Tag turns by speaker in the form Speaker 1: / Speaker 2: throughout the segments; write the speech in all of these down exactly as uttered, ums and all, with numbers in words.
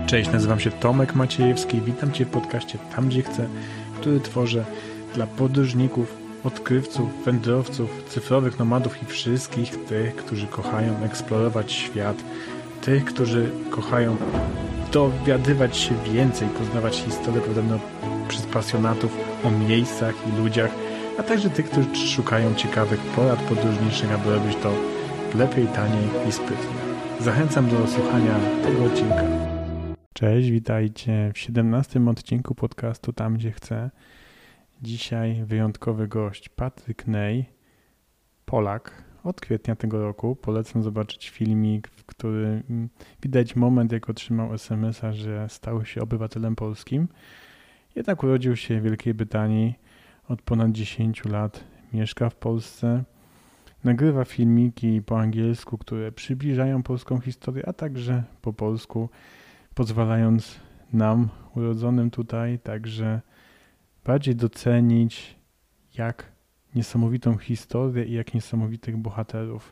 Speaker 1: Cześć, nazywam się Tomek Maciejewski i witam Cię w podcaście Tam, gdzie chcę, który tworzę dla podróżników, odkrywców, wędrowców, cyfrowych nomadów i wszystkich tych, którzy kochają eksplorować świat, tych, którzy kochają dowiadywać się więcej, poznawać historię podobno przez pasjonatów o miejscach i ludziach, a także tych, którzy szukają ciekawych porad podróżniczych, aby robić to lepiej, taniej i sprytnie. Zachęcam do słuchania tego odcinka. Cześć, witajcie w siedemnastym odcinku podcastu Tam, gdzie chcę. Dzisiaj wyjątkowy gość Patryk Ney, Polak, od kwietnia tego roku. Polecam zobaczyć filmik, w którym widać moment, jak otrzymał es em es a, że stał się obywatelem polskim. Jednak urodził się w Wielkiej Brytanii, od ponad dziesięciu lat mieszka w Polsce. Nagrywa filmiki po angielsku, które przybliżają polską historię, a także po polsku, pozwalając nam, urodzonym tutaj, także bardziej docenić, jak niesamowitą historię i jak niesamowitych bohaterów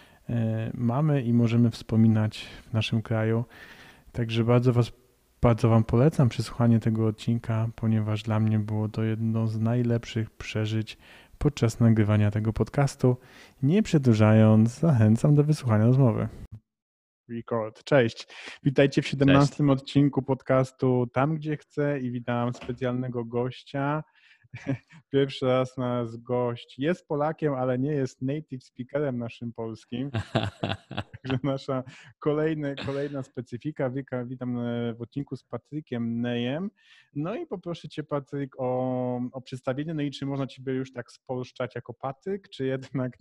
Speaker 1: mamy i możemy wspominać w naszym kraju. Także bardzo was, bardzo wam polecam przesłuchanie tego odcinka, ponieważ dla mnie było to jedno z najlepszych przeżyć podczas nagrywania tego podcastu. Nie przedłużając, zachęcam do wysłuchania rozmowy. Record. Cześć. Witajcie w siedemnastym Cześć. Odcinku podcastu Tam, gdzie chcę i witam specjalnego gościa. Pierwszy raz nasz gość jest Polakiem, ale nie jest native speakerem naszym polskim. Także nasza kolejny, kolejna specyfika. Witam w odcinku z Patrykiem Neyem. No i poproszę Cię, Patryk, o, o przedstawienie. No i czy można Ciebie już tak spolszczać jako Patryk, czy jednak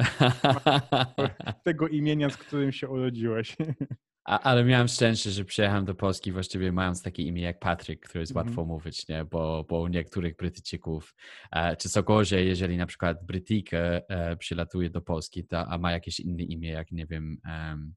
Speaker 1: tego imienia, z którym się urodziłeś?
Speaker 2: A, ale miałem szczęście, że przyjechałem do Polski właściwie mając takie imię jak Patryk, które jest mm-hmm. łatwo mówić, nie? Bo, bo u niektórych Brytyjczyków, e, czy co gorzej, jeżeli na przykład Brytyjka e, przylatuje do Polski, to, a ma jakieś inne imię, jak nie wiem, um,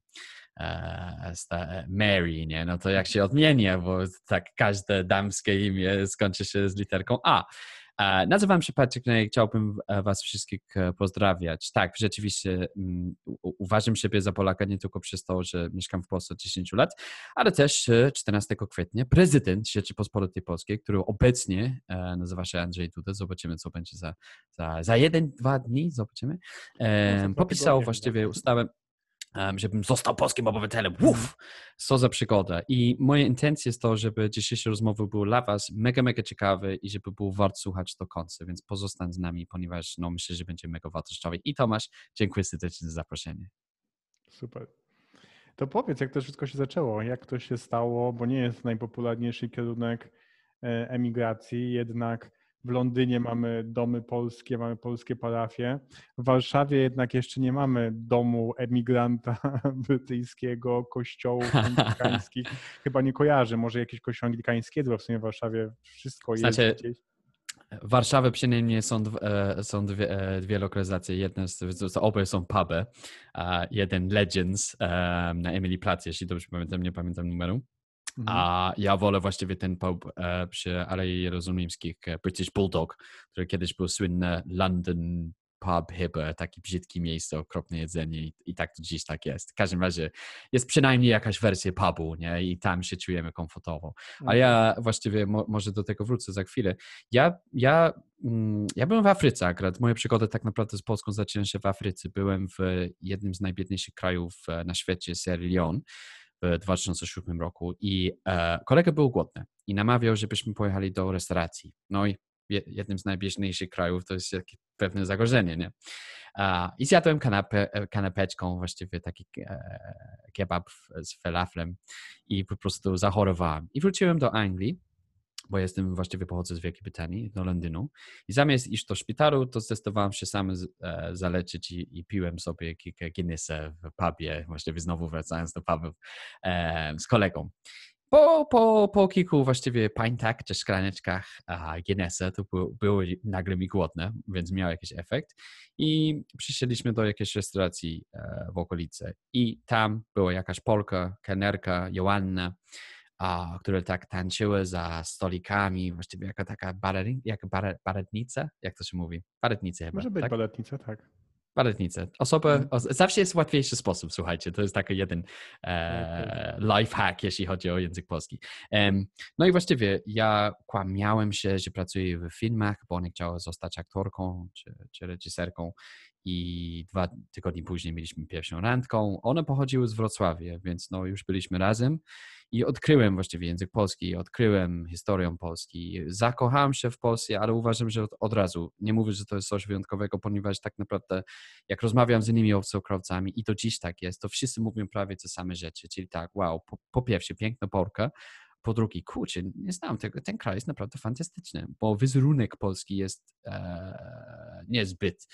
Speaker 2: e, sta, Mary, nie? No to jak się odmienia, bo tak każde damskie imię skończy się z literką A. Nazywam się Patryk Ney i chciałbym was wszystkich pozdrawiać. Tak, rzeczywiście um, uważam siebie za Polaka nie tylko przez to, że mieszkam w Polsce od dziesięciu lat, ale też czternastego kwietnia prezydent Rzeczypospolitej Polskiej, który obecnie e, nazywa się Andrzej Duda, zobaczymy co będzie za, za, za jeden, dwa dni, zobaczymy, e, no, popisał właściwie ustawę, żebym został polskim obywatelem. Uf! Co za przygoda. I moja intencja jest to, żeby dzisiejsze rozmowy były dla was mega, mega ciekawe i żeby było warto słuchać do końca, więc pozostań z nami, ponieważ no, myślę, że będzie mega wartościowy. I Tomasz, dziękuję serdecznie za zaproszenie.
Speaker 1: Super. To powiedz, jak to wszystko się zaczęło, jak to się stało, bo nie jest najpopularniejszy kierunek emigracji, jednak w Londynie mamy domy polskie, mamy polskie parafie. W Warszawie jednak jeszcze nie mamy domu emigranta brytyjskiego, kościołów anglikańskich. Chyba nie kojarzę, może jakieś kościół anglikańskie, bo w sumie w Warszawie wszystko
Speaker 2: znaczy,
Speaker 1: jest gdzieś.
Speaker 2: W Warszawie przynajmniej są, są dwie, dwie lokalizacje. Jedna z, obie są puby. Jeden Legends na Emily Plac, jeśli dobrze pamiętam, nie pamiętam numeru. A ja wolę właściwie ten pub e, przy Alei Jerozolimskich, British Bulldog, który kiedyś był słynny London pub chyba, takie brzydkie miejsce, okropne jedzenie i, i tak to dziś tak jest. W każdym razie jest przynajmniej jakaś wersja pubu, nie? I tam się czujemy komfortowo. A ja właściwie, mo, może do tego wrócę za chwilę. Ja, ja, mm, ja byłem w Afryce akurat. Moja przygoda tak naprawdę z Polską zaczyna się w Afryce. Byłem w jednym z najbiedniejszych krajów na świecie, Sierra Leone, w dwa tysiące siódmym roku i e, kolega był głodny i namawiał, żebyśmy pojechali do restauracji. No i jednym z najbiedniejszych krajów to jest jakieś pewne zagrożenie, nie? A, I zjadłem kanapę, kanapeczką, właściwie taki e, kebab z falaflem i po prostu zachorowałem. I wróciłem do Anglii, bo jestem właściwie pochodzę z Wielkiej Brytanii, do Londynu i zamiast iść do szpitalu, to zdecydowałem się sam z, e, zaleczyć i, i piłem sobie kilka Guinnessa w pubie, właściwie znowu wracając do pubów e, z kolegą. Po, po, po kilku właściwie pintach czy szklaneczkach a, Guinnessa to było, było nagle mi głodne, więc miał jakiś efekt i przyszedliśmy do jakiejś restauracji e, w okolicy i tam była jakaś Polka, kelnerka, Joanna, a, które tak tańczyły za stolikami, właściwie jaka taka baletnica, jak baletnica, jak to się mówi? Baletnica chyba,
Speaker 1: Może być
Speaker 2: tak?
Speaker 1: baletnica, tak.
Speaker 2: Baletnicę. Osobę, os zawsze jest łatwiejszy sposób, słuchajcie. To jest taki jeden e, life hack, jeśli chodzi o język polski. Um, no i właściwie ja kłamiałem się, że pracuję w filmach, bo ona chciała zostać aktorką czy, czy reżyserką i dwa tygodnie później mieliśmy pierwszą randką. One pochodziły z Wrocławia, więc no już byliśmy razem i odkryłem właściwie język polski, odkryłem historię Polski. Zakochałem się w Polsce, ale uważam, że od, od razu, nie mówię, że to jest coś wyjątkowego, ponieważ tak naprawdę jak rozmawiam z innymi obcokrajowcami i to dziś tak jest, to wszyscy mówią prawie te same rzeczy, czyli tak, wow, po, po pierwsze piękna Polka, po drugie, kurczę, nie znam tego, ten kraj jest naprawdę fantastyczny, bo wizerunek Polski jest e, niezbyt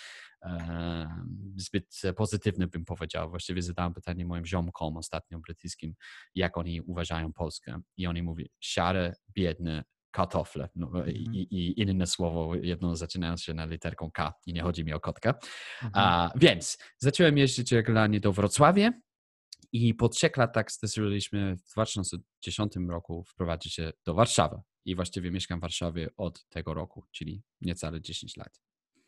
Speaker 2: e, zbyt pozytywny, bym powiedział. Właściwie zadałem pytanie moim ziomkom ostatnio brytyjskim, jak oni uważają Polskę i oni mówią, szare, biedne, kartofle no, mm-hmm. i, i inne słowo, jedno zaczynając się na literką K i nie chodzi mi o kotka. Mm-hmm. A, więc zacząłem jeździć regularnie do Wrocławia i po trzech latach zdecydowaliśmy w dwa tysiące dziesiątym roku wprowadzić się do Warszawy i właściwie mieszkam w Warszawie od tego roku, czyli niecałe dziesięć lat.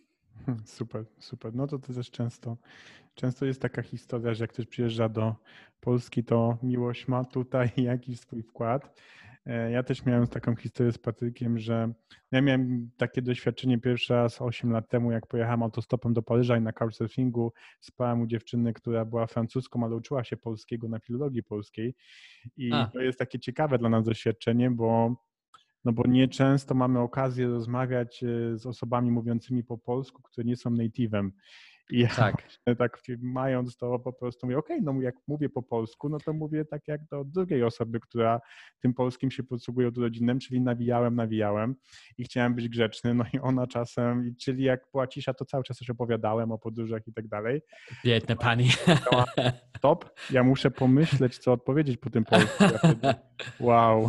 Speaker 1: Super, super. No to to też często, często jest taka historia, że jak ktoś przyjeżdża do Polski, to miłość ma tutaj jakiś swój wkład. Ja też miałem taką historię z Patrykiem, że ja miałem takie doświadczenie pierwszy raz osiem lat temu, jak pojechałem autostopem do Paryża i na couchsurfingu spałem u dziewczyny, która była francuską, ale uczyła się polskiego na filologii polskiej i A. to jest takie ciekawe dla nas doświadczenie, bo no bo nieczęsto mamy okazję rozmawiać z osobami mówiącymi po polsku, które nie są native'em. I ja
Speaker 2: tak.
Speaker 1: tak mając to po prostu mówię, okej, okay, no jak mówię po polsku, no to mówię tak jak do drugiej osoby, która tym polskim się posługuje od rodzinnym, czyli nawijałem, nawijałem i chciałem być grzeczny, no i ona czasem, czyli jak była cisza, to cały czas też opowiadałem o podróżach i tak dalej.
Speaker 2: Biedna pani.
Speaker 1: Stop, ja muszę pomyśleć, co odpowiedzieć po tym polsku. Ja wtedy, wow.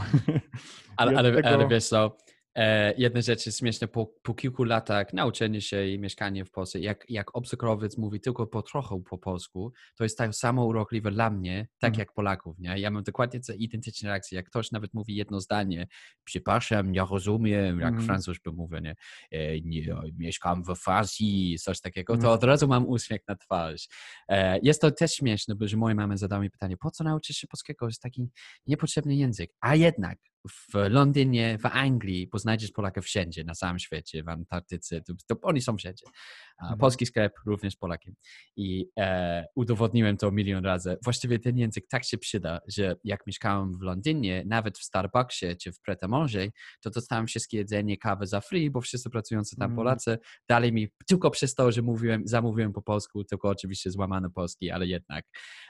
Speaker 2: Ale, ale, tego... ale wiesz co, e, jedna rzecz jest śmieszna, po, po kilku latach nauczenia się i mieszkanie w Polsce, jak, jak obcokrajowiec mówi tylko po trochę po polsku, to jest tak samo urokliwe dla mnie, tak mm. jak Polaków, nie? Ja mam dokładnie identyczne reakcje, jak ktoś nawet mówi jedno zdanie, przepraszam, nie rozumiem, jak mm. Francuz by mówił, nie? E, nie, mieszkam we Francji, coś takiego, to mm. od razu mam uśmiech na twarz. E, jest to też śmieszne, bo że moja mama zadała mi pytanie, po co nauczysz się polskiego? Jest taki niepotrzebny język, a jednak w Londynie, w Anglii, bo znajdziesz Polaków wszędzie, na całym świecie, w Antarktyce, to, to oni są wszędzie. A polski sklep również Polakiem. I e, udowodniłem to milion razy. Właściwie ten język tak się przyda, że jak mieszkałem w Londynie, nawet w Starbucksie czy w Pret a Manger, to dostałem wszystkie jedzenie, kawę za free, bo wszyscy pracujący tam Polacy dali mi tylko przez to, że mówiłem, zamówiłem po polsku, tylko oczywiście złamany polski, ale jednak.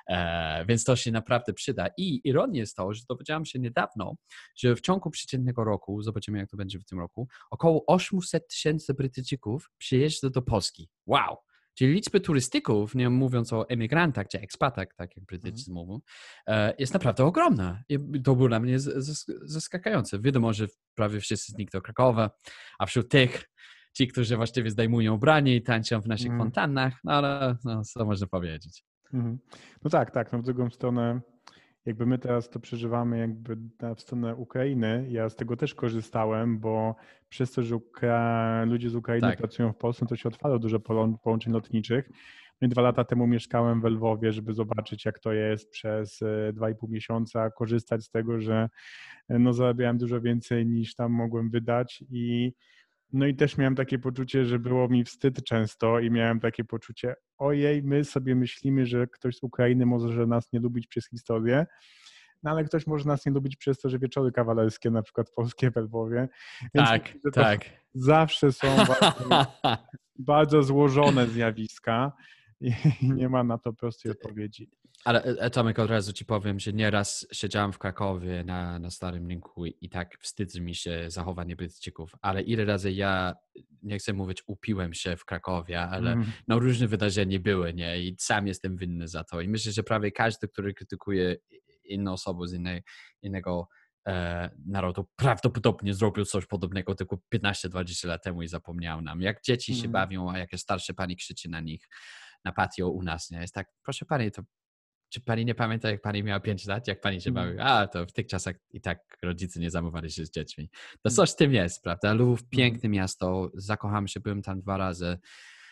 Speaker 2: E, więc to się naprawdę przyda. I ironią jest to, że dowiedziałem się niedawno, że w ciągu przeciętnego roku, zobaczymy jak to będzie w tym roku, około osiemset tysięcy Brytyjczyków przyjeżdża do Polski. Wow! Czyli liczby turystyków, nie mówiąc o emigrantach czy ekspatach, tak jak Brytyjczycy mm. mówią, jest naprawdę ogromna. I to było dla mnie zaskakujące. Wiadomo, że prawie wszyscy znikną do Krakowa, a wśród tych ci, którzy właściwie zdejmują ubranie i tańczą w naszych mm. fontannach, no ale no, co można powiedzieć.
Speaker 1: Mm. No tak, tak. No w drugą stronę jakby my teraz to przeżywamy jakby w stronę Ukrainy. Ja z tego też korzystałem, bo przez to, że Ukra... ludzie z Ukrainy tak. pracują w Polsce, to się otwarło dużo połączeń lotniczych. No i dwa lata temu mieszkałem w Lwowie, żeby zobaczyć, jak to jest przez dwa i pół miesiąca, korzystać z tego, że no zarabiałem dużo więcej niż tam mogłem wydać i no i też miałem takie poczucie, że było mi wstyd często i miałem takie poczucie, ojej, my sobie myślimy, że ktoś z Ukrainy może nas nie lubić przez historię, no ale ktoś może nas nie lubić przez to, że wieczory kawalerskie, na przykład polskie w Lwowie. Więc
Speaker 2: tak, myślę, tak.
Speaker 1: Zawsze są bardzo, bardzo złożone zjawiska i nie ma na to prostej odpowiedzi.
Speaker 2: Ale Tomek, od razu ci powiem, że nieraz siedziałem w Krakowie na, na Starym Rynku i, i tak wstydzi mi się zachowanie Brytyjczyków, ale ile razy ja, nie chcę mówić, upiłem się w Krakowie, ale mm. no różne wydarzenia były, nie? I sam jestem winny za to. I myślę, że prawie każdy, który krytykuje inną osobę z innej, innego e, narodu, prawdopodobnie zrobił coś podobnego tylko piętnaście dwadzieścia lat temu i zapomniał nam. Jak dzieci mm. się bawią, a jakaś starsze pani krzyczy na nich na patio u nas, nie? Jest tak, proszę pani, to czy pani nie pamięta, jak pani miała pięć lat, jak pani się bawiła? A, to w tych czasach i tak rodzice nie zajmowali się z dziećmi. To coś w tym jest, prawda? Lwów, piękne miasto, zakochałem się, byłem tam dwa razy.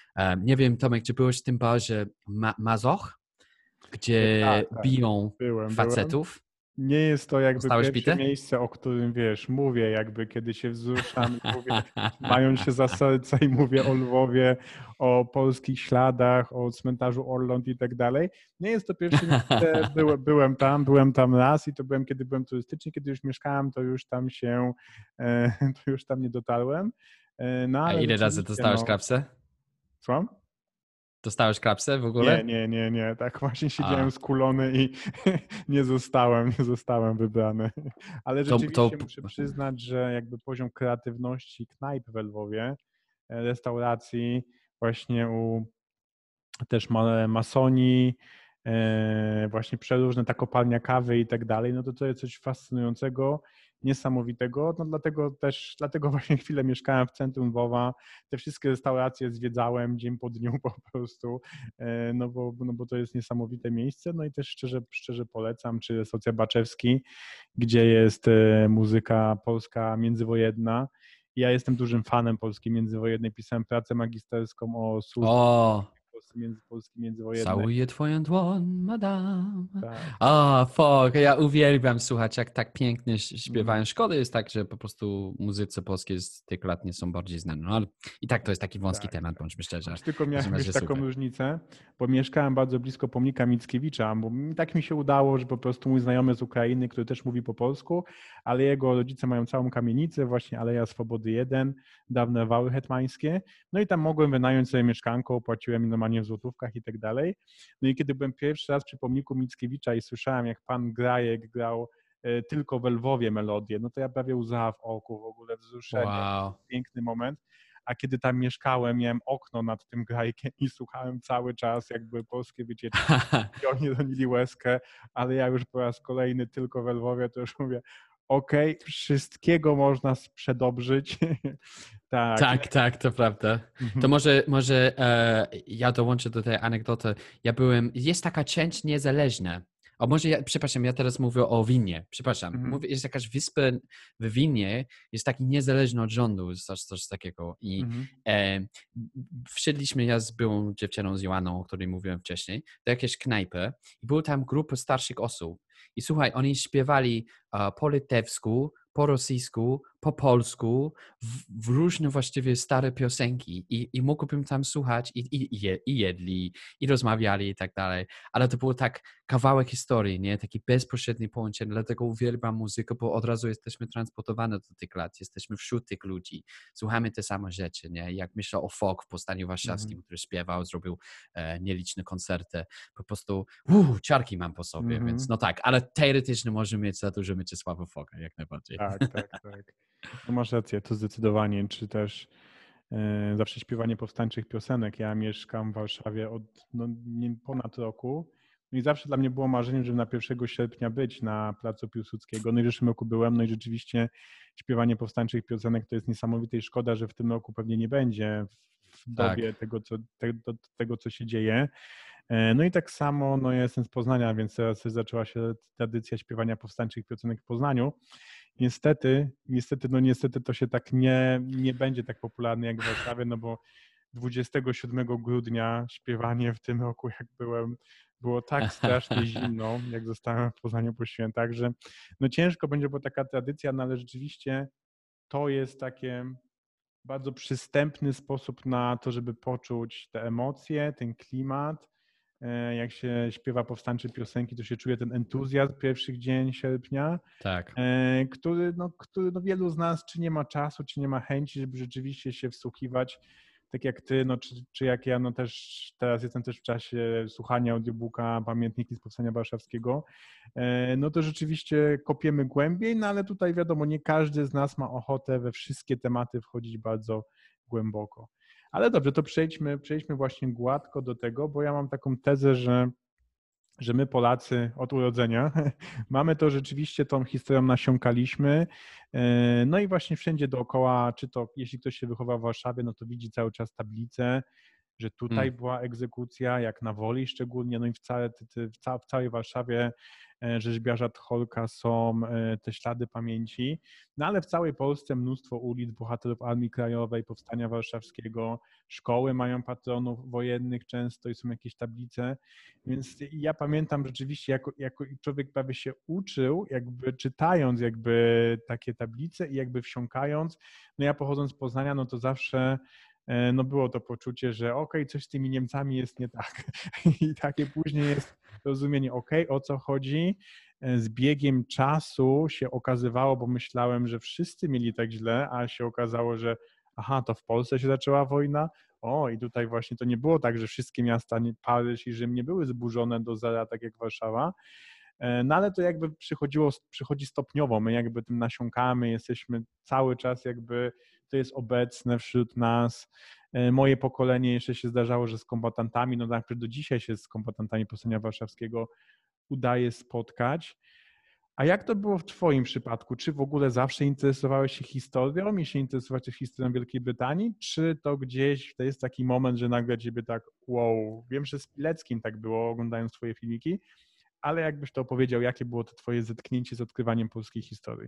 Speaker 2: Um, nie wiem, Tomek, czy byłeś w tym barze Ma- Mazoch, gdzie
Speaker 1: Tak, tak.
Speaker 2: biją
Speaker 1: Byłem, byłem.
Speaker 2: facetów?
Speaker 1: Nie jest to jakby
Speaker 2: Zostałeś
Speaker 1: pierwsze
Speaker 2: bity?
Speaker 1: miejsce, o którym wiesz, mówię jakby kiedy się wzruszam i mówię, trzymając się za serce i mówię o Lwowie, o polskich śladach, o cmentarzu Orląt i tak dalej. Nie jest to pierwsze miejsce, byłem, byłem tam, byłem tam raz i to byłem, kiedy byłem turystycznie, kiedy już mieszkałem, to już tam się, e, to już tam nie dotarłem. E, No
Speaker 2: A
Speaker 1: ale
Speaker 2: ile razy
Speaker 1: rzeczywiście,
Speaker 2: dostałeś
Speaker 1: no,
Speaker 2: klapsę?
Speaker 1: słucham?
Speaker 2: Dostałeś klapsę w
Speaker 1: Nie,
Speaker 2: ogóle?
Speaker 1: nie, nie, nie. Tak właśnie siedziałem
Speaker 2: A,
Speaker 1: skulony i nie zostałem, nie zostałem wybrany. Ale
Speaker 2: to, to
Speaker 1: rzeczywiście muszę przyznać, że jakby poziom kreatywności knajp we Lwowie, e, restauracji, właśnie u też ma- masoni, e, właśnie przeróżne ta kopalnia kawy i tak dalej, no to to jest coś fascynującego, niesamowitego, no dlatego też, dlatego właśnie chwilę mieszkałem w centrum Lwowa, te wszystkie restauracje zwiedzałem dzień po dniu po prostu, e, no bo, no bo to jest niesamowite miejsce, no i też szczerze, szczerze polecam, czy Socja Baczewski, gdzie jest e, muzyka polska międzywojenna. Ja jestem dużym fanem Polski międzywojennej, pisałem pracę magisterską o służbie
Speaker 2: o,
Speaker 1: Polski między, Polski międzywojennej.
Speaker 2: całuję twoją dłoń, madame.
Speaker 1: Tak, tak.
Speaker 2: A, fuck, ja uwielbiam słuchać, jak tak pięknie ś- śpiewają.
Speaker 1: Mhm.
Speaker 2: Szkoda jest tak, że po prostu muzycy polskiej z tych lat nie są bardziej znane. No ale i tak to jest taki wąski
Speaker 1: Tak,
Speaker 2: temat,
Speaker 1: tak.
Speaker 2: bądźmy szczerzy.
Speaker 1: Choć tylko
Speaker 2: W każdym
Speaker 1: miałem wiesz,
Speaker 2: razie
Speaker 1: taką
Speaker 2: super.
Speaker 1: różnicę, bo mieszkałem bardzo blisko pomnika Mickiewicza, bo mi- tak mi się udało, że po prostu mój znajomy z Ukrainy, który też mówi po polsku, ale jego rodzice mają całą kamienicę, właśnie Aleja Swobody jeden, dawne wały hetmańskie, no i tam mogłem wynająć sobie mieszkanko, płaciłem normalnie w złotówkach i tak dalej. No i kiedy byłem pierwszy raz przy pomniku Mickiewicza i słyszałem, jak pan Grajek grał e, tylko we Lwowie melodię, no to ja prawie łza w oku, w ogóle wzruszenie,
Speaker 2: Wow.
Speaker 1: piękny moment. A kiedy tam mieszkałem, miałem okno nad tym grajkiem i słuchałem cały czas jakby polskie wycieczki i oni ronili łezkę, ale ja już po raz kolejny tylko we Lwowie, to już mówię, okej, okay, wszystkiego można przedobrzyć. Tak.
Speaker 2: Tak, tak, to prawda. To
Speaker 1: Mhm.
Speaker 2: może, może e, ja dołączę do tej anegdoty. Ja byłem, jest taka część niezależna. A może ja, przepraszam, ja teraz mówię o Winie. Przepraszam,
Speaker 1: Mhm.
Speaker 2: mówię, jest jakaś wyspa w Winie, jest taki niezależny od rządu, coś, coś takiego. I
Speaker 1: Mhm.
Speaker 2: e, wszedliśmy, ja z byłą dziewczyną, z Joanną, o której mówiłem wcześniej, do jakiejś knajpy i była tam grupa starszych osób. I słuchaj, oni śpiewali uh, po litewsku, po rosyjsku, po polsku, w, w różne właściwie stare piosenki i, i mógłbym tam słuchać i, i, i, je, i jedli, i rozmawiali i tak dalej, ale to było tak kawałek historii, nie? Taki bezpośredni połączenie, dlatego uwielbiam muzykę, bo od razu jesteśmy transportowane do tych lat, jesteśmy wśród tych ludzi, słuchamy te same rzeczy, nie? Jak myślę o folk w Powstaniu Warszawskim,
Speaker 1: Mhm.
Speaker 2: który śpiewał, zrobił e, nieliczne koncerty, po prostu uh, ciarki mam po sobie,
Speaker 1: Mhm.
Speaker 2: więc no tak, ale teoretycznie możemy mieć za dużo Mieczysława Foka, jak najbardziej.
Speaker 1: Tak, tak, tak. No masz rację, to zdecydowanie, czy też e, zawsze śpiewanie powstańczych piosenek. Ja mieszkam w Warszawie od no, nie, ponad roku, no i zawsze dla mnie było marzeniem, żeby na pierwszego sierpnia być na Placu Piłsudskiego. No i w zeszłym roku byłem, no i rzeczywiście śpiewanie powstańczych piosenek to jest niesamowite i szkoda, że w tym roku pewnie nie będzie w
Speaker 2: Tak.
Speaker 1: dobie tego, co, te, do, tego, co się dzieje. E, No i tak samo, no ja jestem z Poznania, więc teraz zaczęła się tradycja śpiewania powstańczych piosenek w Poznaniu. Niestety, niestety, no niestety to się tak nie, nie będzie tak popularne jak w Warszawie, no bo dwudziestego siódmego grudnia śpiewanie w tym roku, jak byłem, było tak strasznie zimno, jak zostałem w Poznaniu po świętach, że no ciężko będzie, bo taka tradycja, no ale rzeczywiście to jest takie bardzo przystępny sposób na to, żeby poczuć te emocje, ten klimat. E, Jak się śpiewa powstańcze piosenki, to się czuje ten entuzjazm pierwszych dzień sierpnia,
Speaker 2: Tak.
Speaker 1: e, który, no, który no wielu z nas czy nie ma czasu, czy nie ma chęci, żeby rzeczywiście się wsłuchiwać, tak jak ty, no, czy, czy jak ja, no też teraz jestem też w czasie słuchania audiobooka Pamiętniki z Powstania Warszawskiego, e, no to rzeczywiście kopiemy głębiej, no ale tutaj wiadomo, nie każdy z nas ma ochotę we wszystkie tematy wchodzić bardzo głęboko. Ale dobrze, to przejdźmy, przejdźmy właśnie gładko do tego, bo ja mam taką tezę, że że my Polacy od urodzenia mamy to rzeczywiście tą historią nasiąkaliśmy. No i właśnie wszędzie dookoła, czy to jeśli ktoś się wychowa w Warszawie, no to widzi cały czas tablice, że tutaj
Speaker 2: Hmm.
Speaker 1: była egzekucja, jak na Woli szczególnie, no i w, całe, w, ca, w całej Warszawie Rzeźbiarza Tcholka są te ślady pamięci, no ale w całej Polsce mnóstwo ulic bohaterów Armii Krajowej, Powstania Warszawskiego, szkoły mają patronów wojennych często i są jakieś tablice, więc ja pamiętam rzeczywiście, jako, jako człowiek prawie się uczył, jakby czytając jakby takie tablice i jakby wsiąkając, no ja pochodząc z Poznania, no to zawsze no było to poczucie, że okej, okay, coś z tymi Niemcami jest nie tak i takie później jest rozumienie, okej, okay, o co chodzi. Z biegiem czasu się okazywało, bo myślałem, że wszyscy mieli tak źle, a się okazało, że aha, to w Polsce się zaczęła wojna. O, i tutaj właśnie to nie było tak, że wszystkie miasta, Paryż i Rzym nie były zburzone do zera, tak jak Warszawa. No ale to jakby przychodziło, przychodzi stopniowo, my jakby tym nasiąkamy, jesteśmy cały czas jakby, to jest obecne wśród nas. Moje pokolenie jeszcze się zdarzało, że z kombatantami, no tak, do dzisiaj się z kombatantami Powstania Warszawskiego udaje spotkać. A jak to było w twoim przypadku? Czy w ogóle zawsze interesowałeś się historią i się interesowałeś się historią Wielkiej Brytanii? Czy to gdzieś to jest taki moment, że nagle ciebie tak wow, wiem, że z Pileckim tak było, oglądając twoje filmiki, ale jakbyś to opowiedział, jakie było to twoje zetknięcie z odkrywaniem polskiej historii?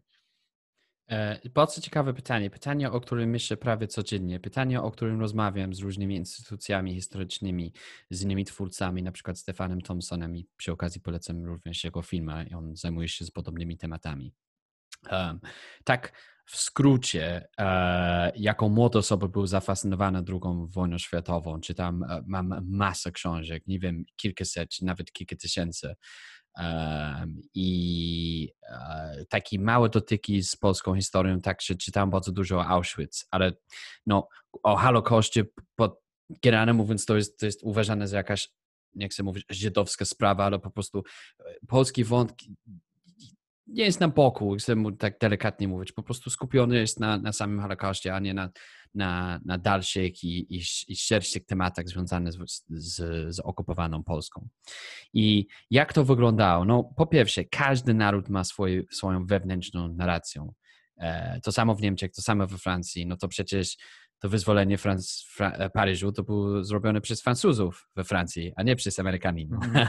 Speaker 2: Bardzo ciekawe pytanie. Pytanie, o którym myślę prawie codziennie. Pytanie, o którym rozmawiam z różnymi instytucjami historycznymi, z innymi twórcami, na przykład Stefanem Thompsonem i przy okazji polecam również jego filmy i on zajmuje się z podobnymi tematami. Um, tak w skrócie, e, jako młoda osoba był zafascynowany drugą wojną światową. Czytam, e, mam masę książek, nie wiem, kilkaset, czy nawet kilka tysięcy. Um, I e, takie małe dotyki z polską historią, także czytałem bardzo dużo o Auschwitz, ale no, o Holokauście, pod, generalnie mówiąc, to jest, to jest uważane za jakaś, nie chcę mówić żydowska sprawa, ale po prostu polski wątki nie jest na boku, chcę mu tak delikatnie mówić, po prostu skupiony jest na, na samym Holokauście, a nie na, na, na dalszych i, i, i szerszych tematach związanych z, z, z okupowaną Polską. I jak to wyglądało? No, po pierwsze, każdy naród ma swój, swoją wewnętrzną narrację. E, to samo w Niemczech, to samo we Francji. No to przecież to wyzwolenie Franc- Fra- Paryżu to było zrobione przez Francuzów we Francji, a nie przez Amerykanów. Mm.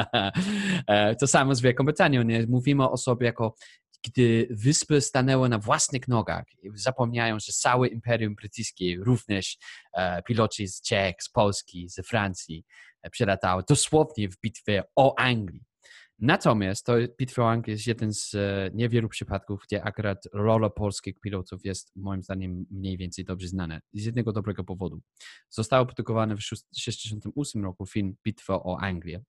Speaker 2: To samo z Wielką Brytanią. Nie? Mówimy o sobie jako gdy wyspy stanęły na własnych nogach, zapomniają, że całe Imperium Brytyjskie, również e, piloci z Czech, z Polski, z Francji e, przylatały dosłownie w bitwie o Anglii. Natomiast to bitwa o Anglię jest jeden z e, niewielu przypadków, gdzie akurat rola polskich pilotów jest moim zdaniem mniej więcej dobrze znana. Z jednego dobrego powodu. Został produkowany w tysiąc dziewięćset sześćdziesiątym ósmym roku film Bitwa o Anglię.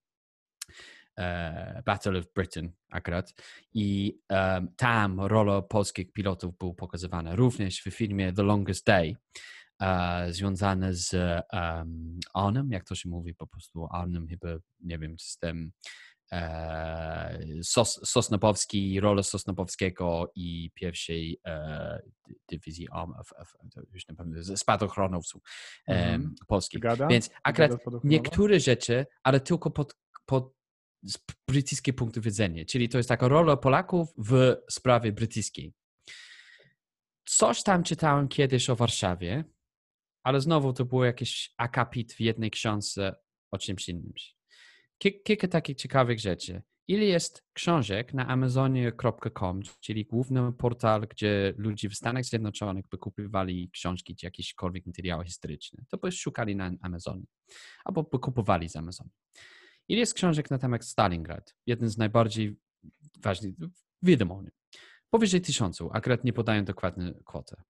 Speaker 2: Uh, Battle of Britain akurat i um, tam rola polskich pilotów była pokazywana również w filmie The Longest Day uh, związane z um, Arnem, jak to się mówi po prostu Arnem chyba, nie wiem, z tym uh, Sos, Sosnopowski, rola Sosnopowskiego i pierwszej uh, dywizji um, już nie pamiętam, spadochronowców um, mm-hmm. polskich.
Speaker 1: Wygada?
Speaker 2: Więc akurat
Speaker 1: Wygada
Speaker 2: niektóre rzeczy, ale tylko pod, pod z brytyjskiego punktu widzenia, czyli to jest taka rola Polaków w sprawie brytyjskiej. Coś tam czytałem kiedyś o Warszawie, ale znowu to było jakiś akapit w jednej książce o czymś innym. Kilka takich ciekawych rzeczy. Ile jest książek na amazonie kropka com, czyli główny portal, gdzie ludzie w Stanach Zjednoczonych by kupowali książki czy jakiekolwiek materiały historyczne. To by szukali na Amazonie albo by kupowali z Amazonu. Ile jest książek na temat Stalingrad? Jeden z najbardziej ważnych, wiadomo, powyżej tysiącu, akurat nie podają dokładnie kwotę.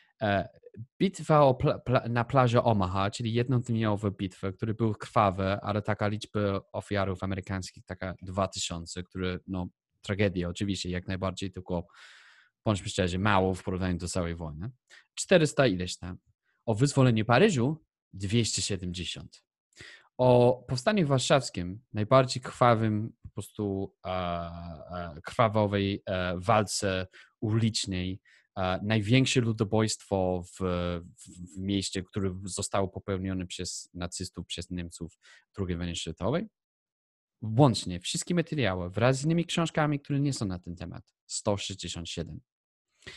Speaker 2: Bitwa o pla- pla- na plaży Omaha, czyli jednodniowa bitwa, która była krwawa, ale taka liczba ofiarów amerykańskich, taka dwa tysiące, które, no, tragedia oczywiście, jak najbardziej, tylko bądźmy szczerzy, mało w porównaniu do całej wojny. czterysta ileś tam. O wyzwoleniu Paryżu dwieście siedemdziesiąt. O powstaniu warszawskim, najbardziej krwawym, po prostu e, e, krwawowej e, walce ulicznej, e, największe ludobójstwo w, w, w mieście, które zostało popełnione przez nacystów, przez Niemców w drugiej wojnie światowej. Łącznie wszystkie materiały wraz z innymi książkami, które nie są na ten temat. sto sześćdziesiąt siedem.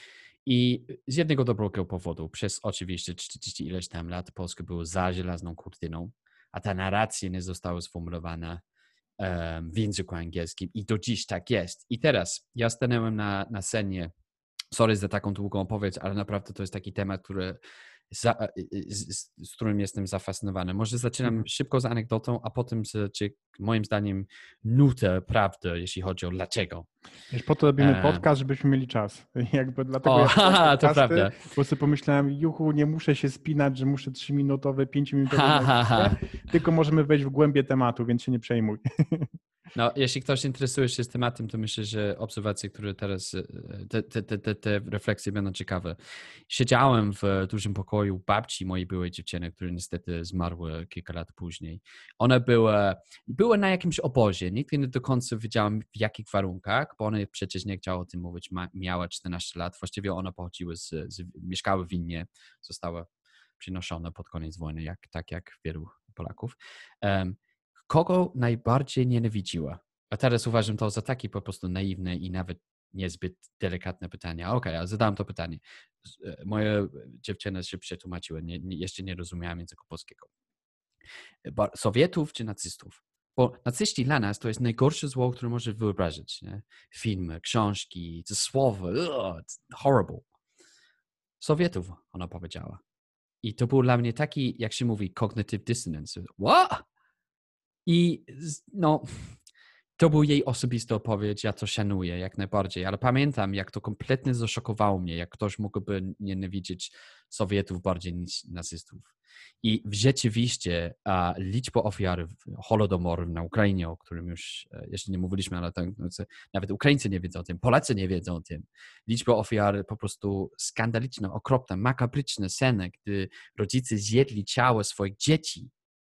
Speaker 2: I z jednego dobrego powodu, przez oczywiście czterdzieści ileś tam lat Polska była za żelazną kurtyną, a ta narracja nie została sformułowana um, w języku angielskim i do dziś tak jest. I teraz ja stanąłem na, na scenie, sorry za taką długą opowieść, ale naprawdę to jest taki temat, który za, z, z, z którym jestem zafascynowany. Może zaczynam
Speaker 1: Mhm.
Speaker 2: szybko z anegdotą, a potem z, czy, moim zdaniem, nutę prawdy, jeśli chodzi o dlaczego.
Speaker 1: Wiesz, po to robimy
Speaker 2: E,
Speaker 1: podcast, żebyśmy mieli czas. Jakby dlatego
Speaker 2: o,
Speaker 1: ja słucham
Speaker 2: haha, to
Speaker 1: podcasty,
Speaker 2: prawda.
Speaker 1: bo sobie pomyślałem, juchu, nie muszę się spinać, że muszę trzyminutowe, pięciominutowe
Speaker 2: Ha, ha, ha.
Speaker 1: nagranie, tylko możemy wejść w głębie tematu, więc się nie przejmuj.
Speaker 2: No, jeśli ktoś interesuje się z tematem, to myślę, że obserwacje, które teraz, te, te, te, te, te refleksje będą ciekawe. Siedziałem w dużym pokoju babci mojej byłej dziewczyny, która niestety zmarła kilka lat później. Ona była, była na jakimś obozie. Nigdy nie do końca wiedziałem w jakich warunkach, bo ona przecież nie chciała o tym mówić. Ma, miała czternaście lat. Właściwie ona pochodziła z, z mieszkała w Wilnie, została przynoszona pod koniec wojny, jak, tak jak wielu Polaków. Um, Kogo najbardziej nienawidziła? A teraz uważam to za takie po prostu naiwne i nawet niezbyt delikatne pytanie. Okej, okay, ale zadałem to pytanie. Moja dziewczyna się przetłumaczyła, nie, nie, jeszcze nie rozumiałem języka polskiego. Sowietów czy nacystów? Bo nacyści dla nas to jest najgorsze zło, które możesz wyobrazić. Nie? Filmy, książki, te słowa, ugh, horrible. Sowietów, ona powiedziała. I to był dla mnie taki, jak się mówi, cognitive dissonance. What? I no, to był jej osobista opowieść, ja to szanuję jak najbardziej, ale pamiętam, jak to kompletnie zaszokowało mnie, jak ktoś mógłby nienawidzić Sowietów bardziej niż nazystów. I rzeczywiście a, liczba ofiar Holodomoru na Ukrainie, o którym już jeszcze nie mówiliśmy, ale to, nawet Ukraińcy nie wiedzą o tym, Polacy nie wiedzą o tym. Liczba ofiar po prostu skandaliczna, okropna, makabryczna scena, gdy rodzice zjedli ciało swoich dzieci.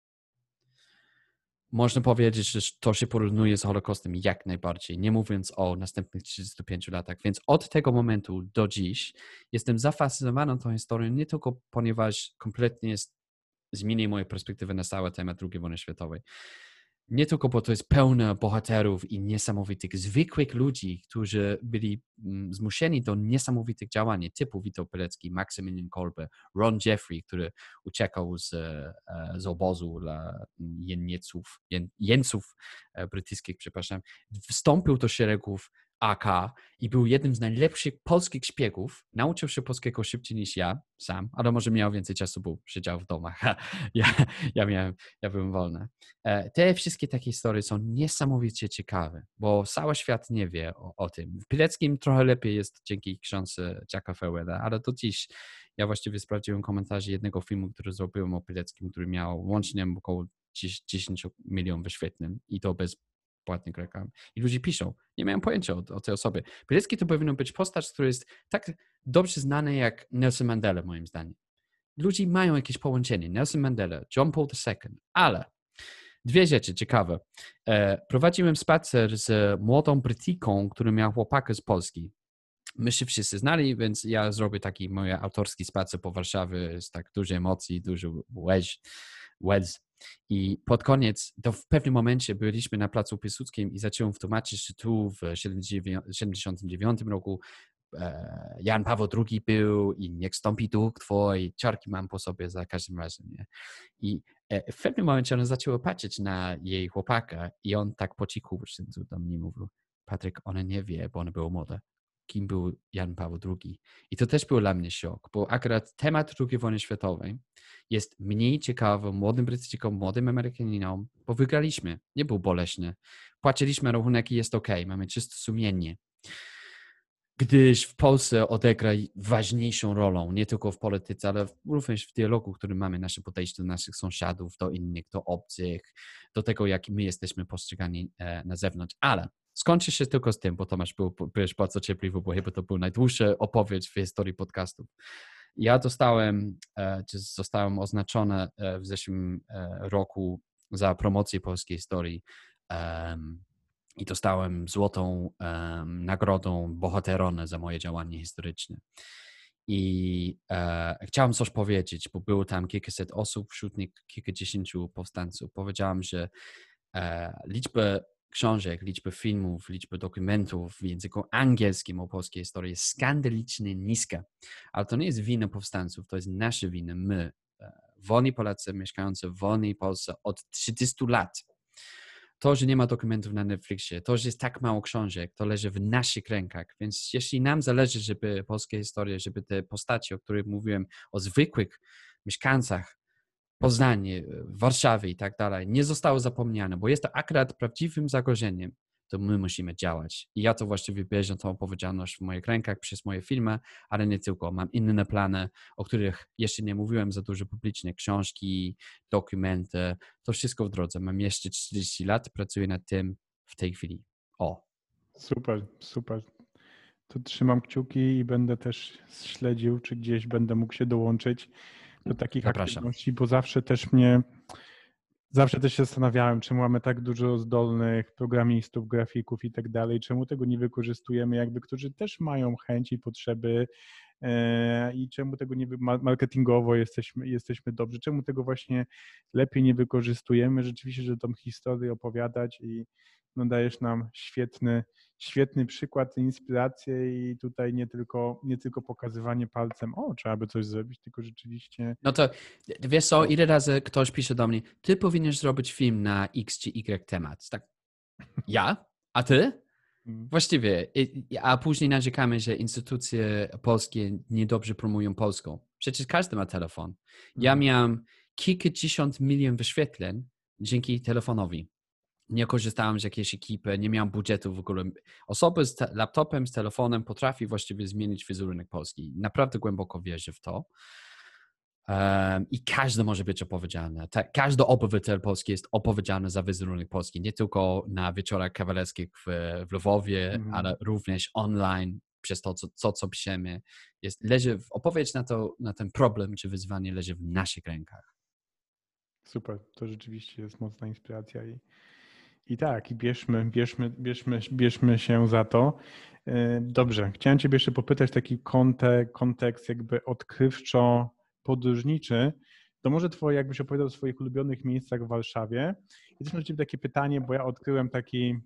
Speaker 2: Można powiedzieć, że to się porównuje z Holokaustem jak najbardziej, nie mówiąc o następnych trzydziestu pięciu latach. Więc od tego momentu do dziś jestem zafascynowany tą historią, nie tylko ponieważ kompletnie jest, zmieni moją perspektywę na cały temat drugiej wojny światowej. Nie tylko, bo to jest pełne bohaterów i niesamowitych, zwykłych ludzi, którzy byli mm, zmuszeni do niesamowitych działań, typu Witold Pilecki, Maksymilian Kolbe, Ron Jeffrey, który uciekał z, z obozu dla jenieców, jen, jeńców brytyjskich, przepraszam, wstąpił do szeregów A K i był jednym z najlepszych polskich szpiegów. Nauczył się polskiego szybciej niż ja sam, ale może miał więcej czasu, bo siedział w domach. ja, ja, miałem, ja byłem wolny. Te wszystkie takie historie są niesamowicie ciekawe, bo cały świat nie wie o, o tym. W Pileckim trochę lepiej jest dzięki książce Jacka Farwella, ale do dziś ja właściwie sprawdziłem komentarze jednego filmu, który zrobiłem o Pileckim, który miał łącznie około dziesięć milionów wyświetleń i to bez płatnych reklam. I ludzie piszą, nie mają pojęcia o, o tej osobie. Pilecki to powinno być postać, która jest tak dobrze znana jak Nelson Mandela, moim zdaniem. Ludzie mają jakieś połączenie. Nelson Mandela, John Paul the Second, ale dwie rzeczy ciekawe. E, prowadziłem spacer z młodą Brytyjką, która miała chłopaka z Polski. My się wszyscy znali, więc ja zrobię taki mój autorski spacer po Warszawie z tak dużo emocji, dużo łez. łez. I pod koniec, to w pewnym momencie byliśmy na Placu Piłsudskim i zacząłem tłumaczyć, że tu w siedemdziesiątym dziewiątym roku e, Jan Paweł drugi był i niech stąpi duch twój, ciarki mam po sobie za każdym razem. Nie? I e, w pewnym momencie ona zaczęła patrzeć na jej chłopaka i on tak po cichu do mnie mówił, Patryk, ona nie wie, bo ona była młoda, kim był Jan Paweł drugi. I to też był dla mnie szok, bo akurat temat drugiej wojny światowej jest mniej ciekawy młodym Brytyjczykom, młodym Amerykaninom, bo wygraliśmy. Nie był boleśny. Płaciliśmy rachunek i jest okej. Okay. Mamy czyste sumienie. Gdyż w Polsce odegra ważniejszą rolę, nie tylko w polityce, ale również w dialogu, który mamy, nasze podejście do naszych sąsiadów, do innych, do obcych, do tego, jak my jesteśmy postrzegani na zewnątrz. Ale skończy się tylko z tym, bo Tomasz był, byłeś bardzo cierpliwy, bo chyba to był najdłuższa opowieść w historii podcastów. Ja dostałem, czy zostałem oznaczony w zeszłym roku za promocję polskiej historii i dostałem złotą nagrodą bohaterone za moje działanie historyczne. I e, chciałem coś powiedzieć, bo było tam kilkaset osób, wśród nich kilkadziesięciu powstańców. Powiedziałem, że e, liczba książek, liczba filmów, liczba dokumentów w języku angielskim o polskiej historii jest skandalicznie niska. Ale to nie jest wina powstańców, to jest nasza wina. My, wolni Polacy mieszkający w wolnej Polsce od trzydziestu lat. To, że nie ma dokumentów na Netflixie, to, że jest tak mało książek, to leży w naszych rękach. Więc jeśli nam zależy, żeby polskie historie, żeby te postacie, o których mówiłem, o zwykłych mieszkańcach Poznanie, Warszawy i tak dalej, nie zostało zapomniane, bo jest to akurat prawdziwym zagrożeniem, to my musimy działać. I ja to właściwie bierzę tą odpowiedzialność w moich rękach przez moje filmy, ale nie tylko. Mam inne plany, o których jeszcze nie mówiłem za dużo publicznie. Książki, dokumenty, to wszystko w drodze. Mam jeszcze czterdzieści lat, pracuję nad tym w tej chwili. O.
Speaker 1: Super, super. To trzymam kciuki i będę też śledził, czy gdzieś będę mógł się dołączyć do takich
Speaker 2: Zapraszam.
Speaker 1: aktywności, bo zawsze też mnie, zawsze też się zastanawiałem, czemu mamy tak dużo zdolnych programistów, grafików i tak dalej, czemu tego nie wykorzystujemy, jakby, którzy też mają chęć i potrzeby e, i czemu tego nie, wy- ma- marketingowo jesteśmy, jesteśmy dobrzy, czemu tego właśnie lepiej nie wykorzystujemy, rzeczywiście, że tą historię opowiadać i no, dajesz nam świetny, świetny przykład, inspirację i tutaj nie tylko, nie tylko pokazywanie palcem, o, trzeba by coś zrobić, tylko rzeczywiście.
Speaker 2: No to wiesz co, ile razy ktoś pisze do mnie, ty powinieneś zrobić film na X czy Y temat. Tak, ja? A ty?
Speaker 1: mm,
Speaker 2: Właściwie, i- a później narzekamy, że instytucje polskie niedobrze promują Polską. Przecież każdy ma telefon. Ja
Speaker 1: mm,
Speaker 2: miałem kilkadziesiąt milion wyświetleń dzięki telefonowi. Nie korzystałem z jakiejś ekipy, nie miałem budżetu w ogóle. Osoba z te- laptopem, z telefonem potrafi właściwie zmienić wizerunek Polski. Naprawdę głęboko wierzę w to. Um, I każdy może być odpowiedzialny. Ta, każdy obywatel polski jest odpowiedzialny za wizerunek Polski, nie tylko na wieczorach kawalerskich w, w Lwowie,
Speaker 1: mm.
Speaker 2: ale również online, przez to, co, co, co piszemy. Jest, leży, odpowiedź na, to, na ten problem czy wyzwanie leży w naszych rękach.
Speaker 1: Super, to rzeczywiście jest mocna inspiracja i, i tak, i bierzmy, bierzmy, bierzmy, bierzmy się za to. E, Dobrze, chciałem Ciebie jeszcze popytać taki kontek, kontekst jakby odkrywczo-podróżniczy. To może Twoje, jakbyś opowiadał o swoich ulubionych miejscach w Warszawie. I też mam do Ciebie takie pytanie, bo ja odkryłem taki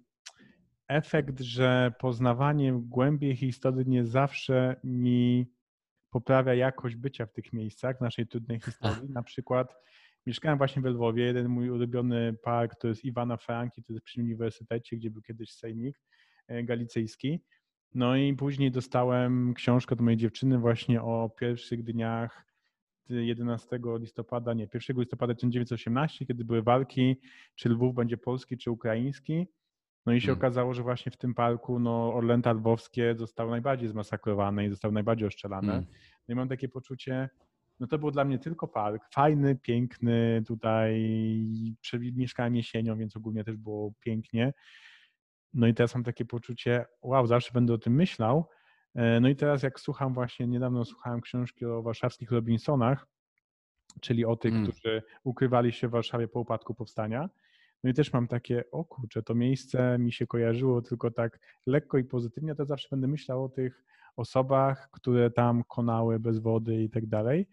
Speaker 1: efekt, że poznawanie głębiej historii nie zawsze mi poprawia jakość bycia w tych miejscach, w naszej trudnej historii. Na przykład mieszkałem właśnie w Lwowie, jeden mój ulubiony park to jest Iwana Franki, to jest przy uniwersytecie, gdzie był kiedyś sejmik e, galicyjski. No i później dostałem książkę od mojej dziewczyny właśnie o pierwszych dniach jedenastego listopada, nie, pierwszego listopada tysiąc dziewięćset osiemnastego, kiedy były walki, czy Lwów będzie polski, czy ukraiński. No i się
Speaker 2: Hmm.
Speaker 1: okazało, że właśnie w tym parku no, orlęta lwowskie zostały najbardziej zmasakrowane i zostały najbardziej oszczelane.
Speaker 2: Hmm.
Speaker 1: No i mam takie poczucie, no to był dla mnie tylko park, fajny, piękny, tutaj mieszkałem jesienią, więc ogólnie też było pięknie. No i teraz mam takie poczucie, wow, zawsze będę o tym myślał. No i teraz jak słucham właśnie, niedawno słuchałem książki o warszawskich Robinsonach, czyli o tych,
Speaker 2: Hmm.
Speaker 1: którzy ukrywali się w Warszawie po upadku powstania. No i też mam takie, o kurczę, to miejsce mi się kojarzyło tylko tak lekko i pozytywnie, to zawsze będę myślał o tych osobach, które tam konały bez wody i tak dalej.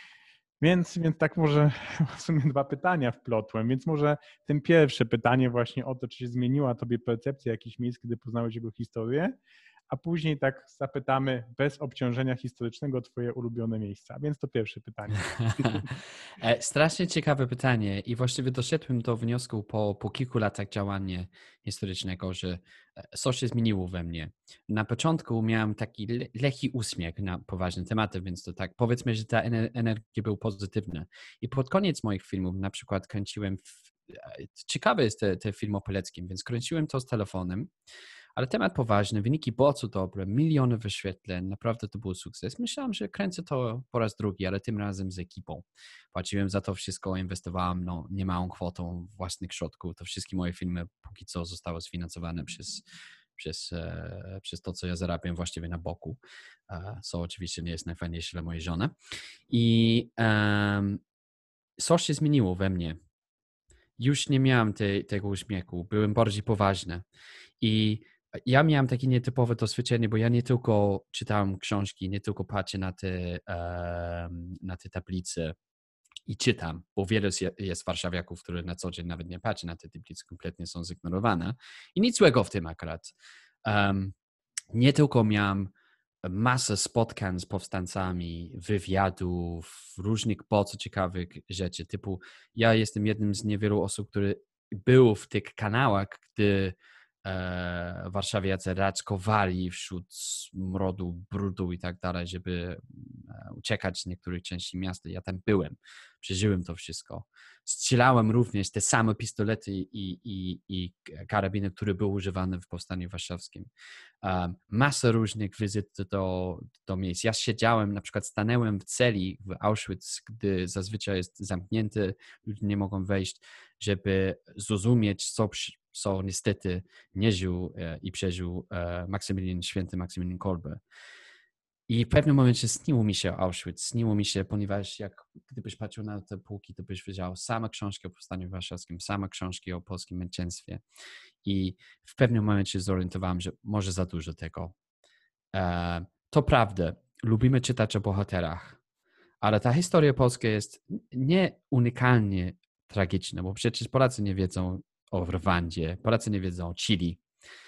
Speaker 1: Więc, więc tak może w sumie dwa pytania wplotłem, więc może tym pierwsze pytanie właśnie o to, czy się zmieniła tobie percepcja jakichś miejsc, kiedy poznałeś jego historię, a później tak zapytamy bez obciążenia historycznego o twoje ulubione miejsca. Więc to pierwsze pytanie.
Speaker 2: E, Strasznie ciekawe pytanie i właściwie doszedłem do wniosku po, po kilku latach działania historycznego, że coś się zmieniło we mnie. Na początku miałem taki le- lekki uśmiech na poważne tematy, więc to tak powiedzmy, że ta ener- energia była pozytywna. I pod koniec moich filmów na przykład kręciłem, w, ciekawe jest te, te film o Peleckim, więc kręciłem to z telefonem, ale temat poważny, wyniki bardzo dobre, miliony wyświetleń, naprawdę to był sukces. Myślałem, że kręcę to po raz drugi, ale tym razem z ekipą. Płaciłem za to wszystko, inwestowałem no, niemałą kwotą własnych środków. To wszystkie moje filmy póki co zostały sfinansowane przez, przez, e, przez to, co ja zarabiam właściwie na boku, e, co oczywiście nie jest najfajniejsze dla mojej żony. I um, coś się zmieniło we mnie. Już nie miałem te, tego uśmiechu, byłem bardziej poważny. I ja miałem takie nietypowe doświadczenie, bo ja nie tylko czytałem książki, nie tylko patrzę na te, um, na te tablice i czytam, bo wiele jest warszawiaków, które na co dzień nawet nie patrzy na te tablice, kompletnie są zignorowane i nic złego w tym akurat. Um, nie tylko miałem masę spotkań z powstańcami, wywiadów, różnych bardzo ciekawych rzeczy, typu ja jestem jednym z niewielu osób, który był w tych kanałach, gdy e, warszawiacy raczkowali wśród smrodu, brudu i tak dalej, żeby e, uciekać z niektórych części miasta. Ja tam byłem, przeżyłem to wszystko. Strzelałem również te same pistolety i, i, i karabiny, które były używane w Powstaniu Warszawskim. Um, masę różnych wizyt do, do miejsc. Ja siedziałem, na przykład stanęłem w celi w Auschwitz, gdy zazwyczaj jest zamknięty, ludzie nie mogą wejść, żeby zrozumieć, co, co niestety nie żył e, i przeżył e, Maksymilian, święty Maksymilian Kolbe. I w pewnym momencie śniło mi się Auschwitz, śniło mi się, ponieważ jak gdybyś patrzył na te półki, to byś wiedział same książki o Powstaniu Warszawskim, same książki o polskim męczeństwie. I w pewnym momencie zorientowałem, że może za dużo tego. E, to prawda, lubimy czytać o bohaterach, ale ta historia polska jest nie unikalnie tragiczna, bo przecież Polacy nie wiedzą o Rwandzie, Polacy nie wiedzą o Chili,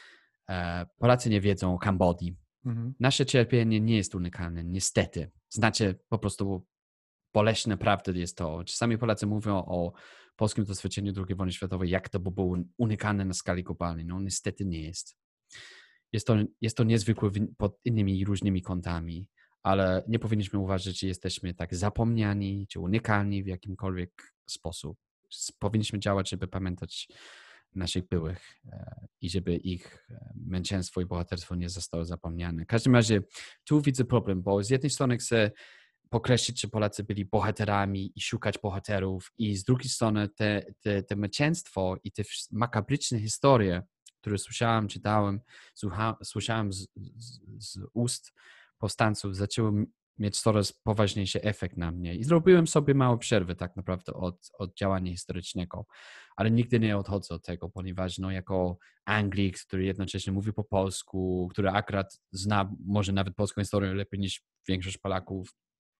Speaker 2: e, Polacy nie wiedzą o Kambodii. Mhm. Nasze cierpienie nie jest unikalne, niestety. Znaczy po prostu boleśne prawdy jest to. Czasami Polacy mówią o polskim doświadczeniu drugiej wojny światowej, jak to by było unikalne na skali globalnej. No niestety nie jest. Jest to, jest to niezwykłe pod innymi różnymi kątami, ale nie powinniśmy uważać, że jesteśmy tak zapomniani czy unikalni w jakimkolwiek sposób. Powinniśmy działać, żeby pamiętać naszych byłych i żeby ich męczeństwo i bohaterstwo nie zostało zapomniane. W każdym razie tu widzę problem, bo z jednej strony chcę podkreślić, że Polacy byli bohaterami i szukać bohaterów i z drugiej strony te, te, te męczeństwo i te makabryczne historie, które słyszałem, czytałem, słucha, słyszałem z, z, z ust powstańców, zaczęły mieć coraz poważniejszy efekt na mnie i zrobiłem sobie małą przerwę tak naprawdę od, od działania historycznego, ale nigdy nie odchodzę od tego, ponieważ no, jako Anglik, który jednocześnie mówi po polsku, który akurat zna może nawet polską historię lepiej niż większość Polaków,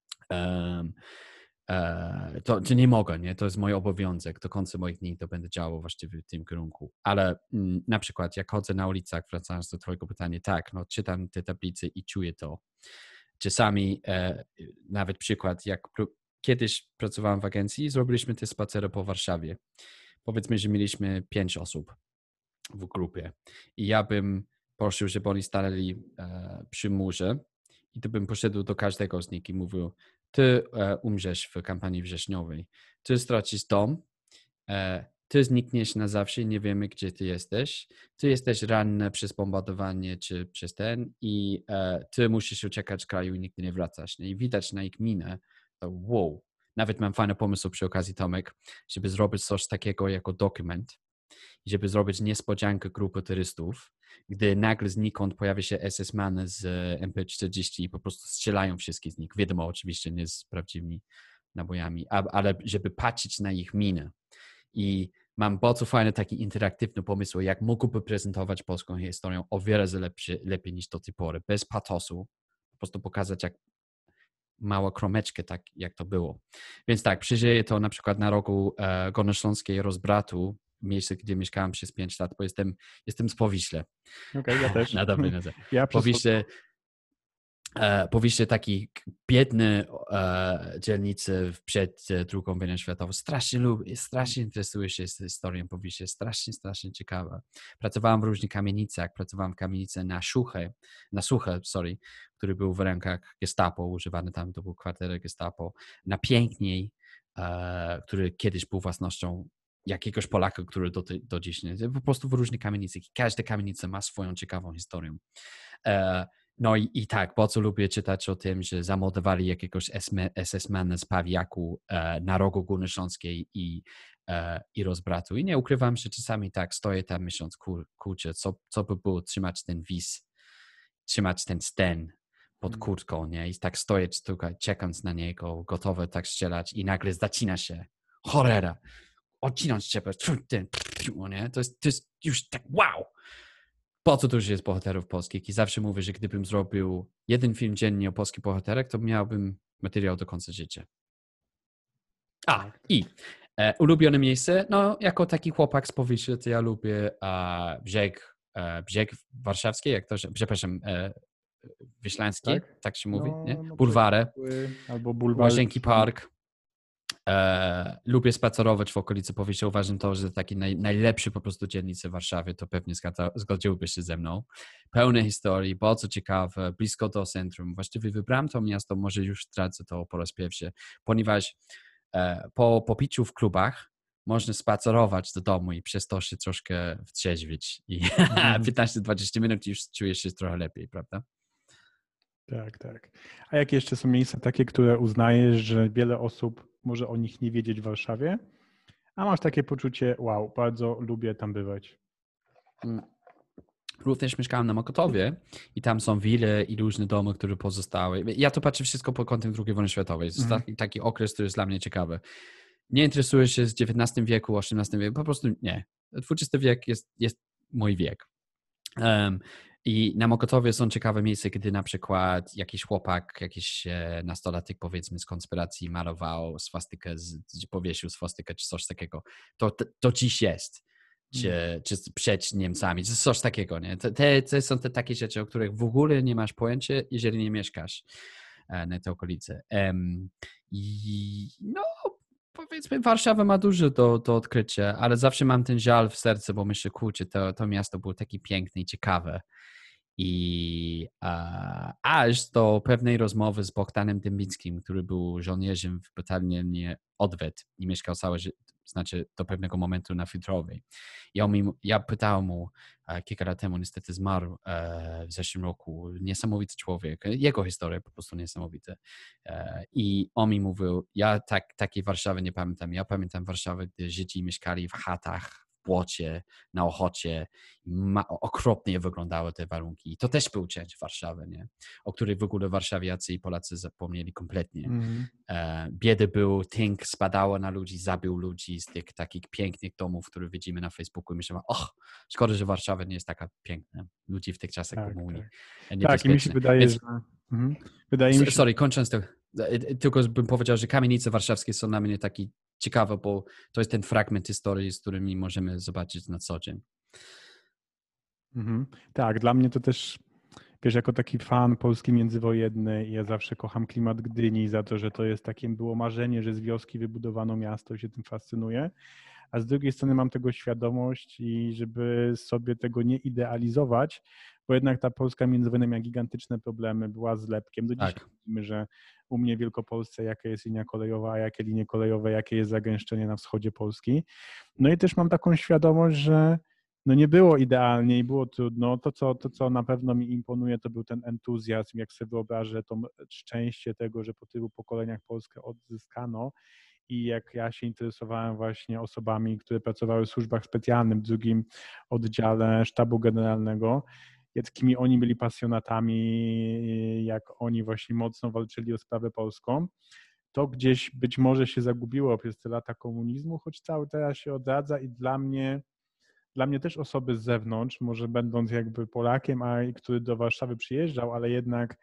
Speaker 2: um, e, to, to nie mogę, nie? To jest mój obowiązek. Do końca moich dni to będę działał właściwie w tym kierunku. Ale m, na przykład jak chodzę na ulicach, wracając do twojego pytania, tak, no czytam te tablice i czuję to. Czasami e, nawet przykład, jak pr- kiedyś pracowałem w agencji i zrobiliśmy te spacery po Warszawie. Powiedzmy, że mieliśmy pięć osób w grupie i ja bym prosił, żeby oni stanęli e, przy murze i to bym poszedł do każdego z nich i mówił, ty e, umrzesz w kampanii wrześniowej, ty stracisz dom, e, ty znikniesz na zawsze, nie wiemy, gdzie ty jesteś, ty jesteś ranny przez bombardowanie czy przez ten i e, ty musisz uciekać z kraju i nigdy nie wracasz. Nie? I widać na ich minę, to wow. Nawet mam fajny pomysł przy okazji, Tomek, żeby zrobić coś takiego jako dokument, żeby zrobić niespodziankę grupy turystów, gdy nagle znikąd pojawia się es es man z em pe czterdzieści i po prostu strzelają wszystkich z nich. Wiadomo, oczywiście nie z prawdziwymi nabojami, ale żeby patrzeć na ich minę. I mam bardzo fajny taki interaktywny pomysł, jak mógłby prezentować polską historię o wiele lepiej, lepiej niż do tej pory, bez patosu. Po prostu pokazać jak małą kromeczkę, tak jak to było. Więc tak, przeżyję to na przykład na rogu e, Górnośląskiej Rozbratu, miejsce, gdzie mieszkałem przez pięć lat, bo jestem, jestem z Powiśle.
Speaker 1: Okej, okay, ja też.
Speaker 2: Na dobrej nodze.
Speaker 1: Ja
Speaker 2: Powiśle, e, Powiśle taki biedny e, dzielnicy przed drugą wojną światową. Strasznie lubię, strasznie interesuję się historią Powiśle, strasznie, strasznie ciekawa. Pracowałem w różnych kamienicach, pracowałem w kamienicy na Suche, na Suche, sorry, który był w rękach Gestapo, używany tam, to był kwatery Gestapo. Na Piękniej, e, który kiedyś był własnością jakiegoś Polaka, który do, do dziś nie, po prostu w różnych kamienicach. Każda kamienica ma swoją ciekawą historię. E, no i, i tak, bardzo lubię czytać o tym, że zamordowali jakiegoś es es mana z Pawiaku e, na rogu Górnośląskiej i, e, i Rozbratu. I nie ukrywam, że czasami tak stoję tam myśląc, kur, kurczę, co, co by było trzymać ten wiz, trzymać ten sten pod kurtką, nie? I tak stoję tutaj, czekając na niego, gotowy tak strzelać i nagle zacina się. Cholera! Odcinać ciebie, nie? To jest, to jest już tak wow! Po co dużo jest bohaterów polskich i zawsze mówię, że gdybym zrobił jeden film dziennie o polskich bohaterach, to miałbym materiał do końca życia. A,
Speaker 1: Tak,
Speaker 2: i e, ulubione miejsce, no jako taki chłopak z Powiśla, to ja lubię e, brzeg, e, brzeg warszawski, jak to, że- przepraszam, e, Wiślański,
Speaker 1: tak?
Speaker 2: tak się mówi, nie?
Speaker 1: No, no
Speaker 2: Bulwary,
Speaker 1: przekupy albo bulwary.
Speaker 2: Łazienki Park. E, lubię spacerować w okolicy Powiśla. Uważam to, że taki naj, najlepszy po prostu dzielnicy w Warszawie, to pewnie zgadza, zgodziłby się ze mną. Pełne historii, bardzo ciekawe, blisko do centrum. Właściwie wybrałem to miasto, może już tracę to po raz pierwszy, ponieważ e, po popiciu w klubach można spacerować do domu i przez to się troszkę wtrzeźwić i
Speaker 1: Mhm.
Speaker 2: piętnaście do dwudziestu minut już czujesz się trochę lepiej, prawda?
Speaker 1: Tak, tak. A jakie jeszcze są miejsca takie, które uznajesz, że wiele osób może o nich nie wiedzieć w Warszawie, a masz takie poczucie, wow, bardzo lubię tam bywać?
Speaker 2: Mm. Również mieszkałem na Mokotowie i tam są wille i różne domy, które pozostały. Ja to patrzę wszystko pod kątem drugiej wojny światowej. To jest
Speaker 1: Mhm.
Speaker 2: taki, taki okres, który jest dla mnie ciekawy. Nie interesuję się z dziewiętnastym wieku, osiemnastym wieku, po prostu nie. dwudziesty wiek jest, jest mój wiek. Um, I na Mokotowie są ciekawe miejsca, kiedy na przykład jakiś chłopak, jakiś e, nastolatek powiedzmy z konspiracji malował swastykę, z, z, powiesił swastykę czy coś takiego. To, to, to dziś jest. Czy, czy przed Niemcami, czy coś takiego, nie? To, te, to są te takie rzeczy, o których w ogóle nie masz pojęcia, jeżeli nie mieszkasz e, na tej okolicy. Um, I no, powiedzmy, Warszawa ma dużo do, do odkrycia, ale zawsze mam ten żal w sercu, bo myślę, kurczę, to, to miasto było takie piękne i ciekawe. I a, aż do pewnej rozmowy z Bogdanem Dębickim, który był żołnierzem w batalionie Odwet i mieszkał całe życie, znaczy do pewnego momentu na Filtrowej. I on mi, ja pytałem mu e, kilka lat temu, niestety zmarł e, w zeszłym roku, niesamowity człowiek, jego historia po prostu niesamowita. E, I on mi mówił, ja tak, takiej Warszawy nie pamiętam, ja pamiętam Warszawę, gdy Żydzi mieszkali w chatach, w błocie, na Ochocie. Ma, okropnie wyglądały te warunki. I to też był część Warszawy, nie? O której w ogóle warszawiacy i Polacy zapomnieli kompletnie.
Speaker 1: Mhm.
Speaker 2: E, biedy był, tynk spadało na ludzi, zabił ludzi z tych takich pięknych domów, które widzimy na Facebooku i myślimy, och, szkoda, że Warszawa nie jest taka piękna. Ludzi w tych czasach
Speaker 1: Tak,
Speaker 2: komunii.
Speaker 1: tak. Tak, i mi się
Speaker 2: Niebezpieczne.
Speaker 1: wydaje,
Speaker 2: Więc,
Speaker 1: że... Mhm. Wydaje mi się,
Speaker 2: sorry, kończąc to, tylko bym powiedział, że kamienice warszawskie są dla mnie taki ciekawe, bo to jest ten fragment historii, z którymi możemy zobaczyć na co dzień.
Speaker 1: Mhm. Tak, dla mnie to też, wiesz, jako taki fan Polski międzywojennej, ja zawsze kocham klimat Gdyni za to, że to jest takie było marzenie, że z wioski wybudowano miasto i się tym fascynuję. A z drugiej strony mam tego świadomość i żeby sobie tego nie idealizować, bo jednak ta Polska międzywojenna miała gigantyczne problemy, była zlepkiem. Do dzisiaj
Speaker 2: Tak.
Speaker 1: widzimy, że u mnie w Wielkopolsce jaka jest linia kolejowa, a jakie linie kolejowe, jakie jest zagęszczenie na wschodzie Polski. No i też mam taką świadomość, że no nie było idealnie i było trudno. To co, to, co na pewno mi imponuje, to był ten entuzjazm, jak sobie wyobrażę to szczęście tego, że po tylu pokoleniach Polskę odzyskano. I jak ja się interesowałem właśnie osobami, które pracowały w służbach specjalnych, w drugim oddziale sztabu generalnego, jakimi oni byli pasjonatami, jak oni właśnie mocno walczyli o sprawę polską, to gdzieś być może się zagubiło przez te lata komunizmu, choć cały teraz się odradza i dla mnie Dla mnie też osoby z zewnątrz, może będąc jakby Polakiem, a który do Warszawy przyjeżdżał, ale jednak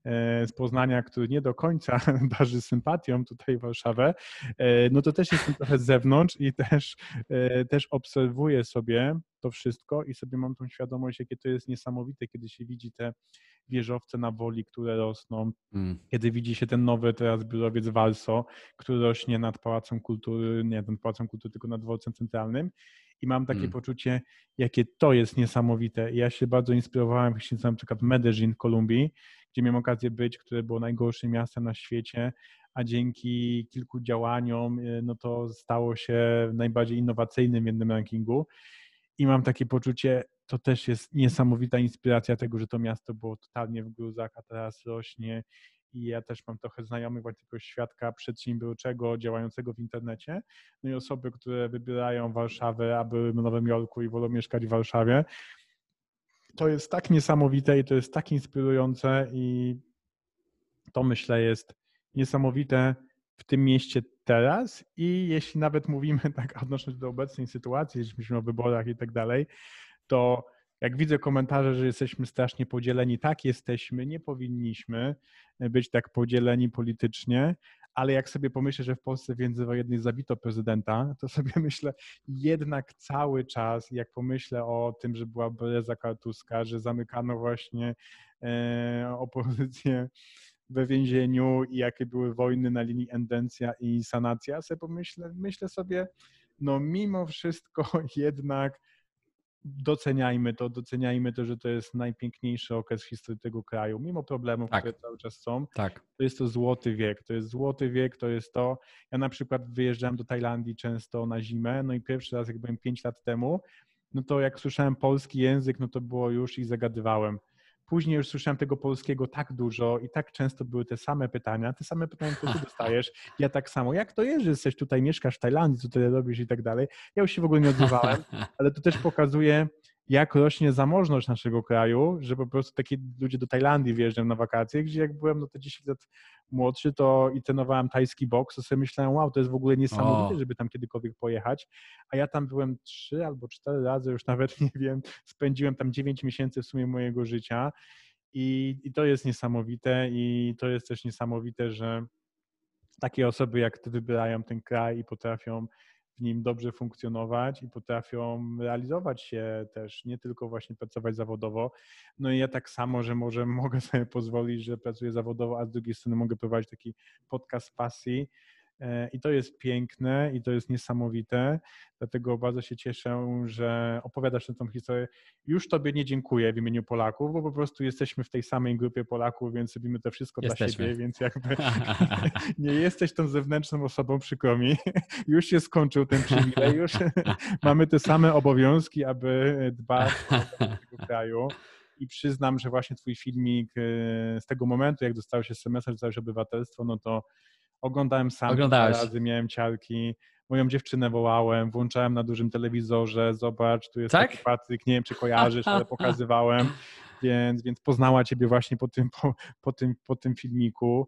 Speaker 1: z Poznania, który nie do końca darzy sympatią tutaj Warszawę, no to też jestem trochę z zewnątrz i też, też obserwuję sobie to wszystko i sobie mam tą świadomość, jakie to jest niesamowite, kiedy się widzi te wieżowce na Woli, które rosną, mm. kiedy widzi się ten nowy teraz biurowiec Warso, który rośnie nad Pałacem Kultury, nie nad Pałacem Kultury, tylko nad Dworcem Centralnym. I mam takie hmm. poczucie, jakie to jest niesamowite. Ja się bardzo inspirowałem, jeśli na przykład Medellin w Kolumbii, gdzie miałem okazję być, które było najgorszym miastem na świecie, a dzięki kilku działaniom no to stało się najbardziej innowacyjnym w jednym rankingu. I mam takie poczucie, to też jest niesamowita inspiracja tego, że to miasto było totalnie w gruzach, a teraz rośnie. I ja też mam trochę znajomych właśnie tego świadka przedsiębiorczego, działającego w internecie, no i osoby, które wybierają Warszawę, a były w Nowym Jorku i wolą mieszkać w Warszawie. To jest tak niesamowite i to jest tak inspirujące i to myślę jest niesamowite w tym mieście teraz i jeśli nawet mówimy tak odnośnie do obecnej sytuacji, jeśli myślimy o wyborach i tak dalej, to jak widzę komentarze, że jesteśmy strasznie podzieleni, tak jesteśmy, nie powinniśmy być tak podzieleni politycznie, ale jak sobie pomyślę, że w Polsce w międzywojennej zabito prezydenta, to sobie myślę, jednak cały czas, jak pomyślę o tym, że była breza Kartuska, że zamykano właśnie e, opozycję we więzieniu i jakie były wojny na linii Endencja i Sanacja, sobie pomyślę, myślę sobie, no mimo wszystko jednak doceniajmy to, doceniajmy to, że to jest najpiękniejszy okres w historii tego kraju, mimo problemów,
Speaker 2: Tak.
Speaker 1: które cały czas są.
Speaker 2: Tak.
Speaker 1: To jest to złoty wiek, to jest złoty wiek, to jest to. Ja na przykład wyjeżdżałem do Tajlandii często na zimę, no i pierwszy raz jak byłem pięć lat temu, no to jak słyszałem polski język, no to było już i zagadywałem. Później już słyszałem tego polskiego tak dużo i tak często były te same pytania, te same pytania, które ty dostajesz. Ja tak samo, jak to jest, że jesteś tutaj, mieszkasz w Tajlandii, co ty robisz i tak dalej. Ja już się w ogóle nie odzywałem, ale to też pokazuje, jak rośnie zamożność naszego kraju, że po prostu takie ludzie do Tajlandii wjeżdżają na wakacje, gdzie jak byłem no te dziesięć lat młodszy, to i trenowałem tajski boks, to sobie myślałem, wow, to jest w ogóle niesamowite,
Speaker 2: O.
Speaker 1: żeby tam kiedykolwiek pojechać, a ja tam byłem trzy albo cztery razy, już nawet nie wiem, spędziłem tam dziewięć miesięcy w sumie mojego życia i, i to jest niesamowite i to jest też niesamowite, że takie osoby jak ty wybierają ten kraj i potrafią w nim dobrze funkcjonować i potrafią realizować się też, nie tylko właśnie pracować zawodowo. No i ja tak samo, że może mogę sobie pozwolić, że pracuję zawodowo, a z drugiej strony mogę prowadzić taki podcast z pasji. I to jest piękne i to jest niesamowite, dlatego bardzo się cieszę, że opowiadasz tę historię. Już tobie nie dziękuję w imieniu Polaków, bo po prostu jesteśmy w tej samej grupie Polaków, więc robimy to wszystko
Speaker 2: Jesteśmy.
Speaker 1: dla siebie, więc jakby nie jesteś tą zewnętrzną osobą, przykro mi. Już się skończył ten przywilej, już mamy te same obowiązki, aby dbać o tego kraju. I przyznam, że właśnie twój filmik z tego momentu, jak dostałeś es em es a, że dostałeś obywatelstwo, no to oglądałem sam
Speaker 2: Oglądałeś.
Speaker 1: kilka razy, miałem ciarki, moją dziewczynę wołałem, włączałem na dużym telewizorze, zobacz, tu jest
Speaker 2: Tak?
Speaker 1: taki Patryk, nie wiem czy kojarzysz, ale pokazywałem, więc, więc poznała ciebie właśnie po tym, po, po tym, po tym filmiku.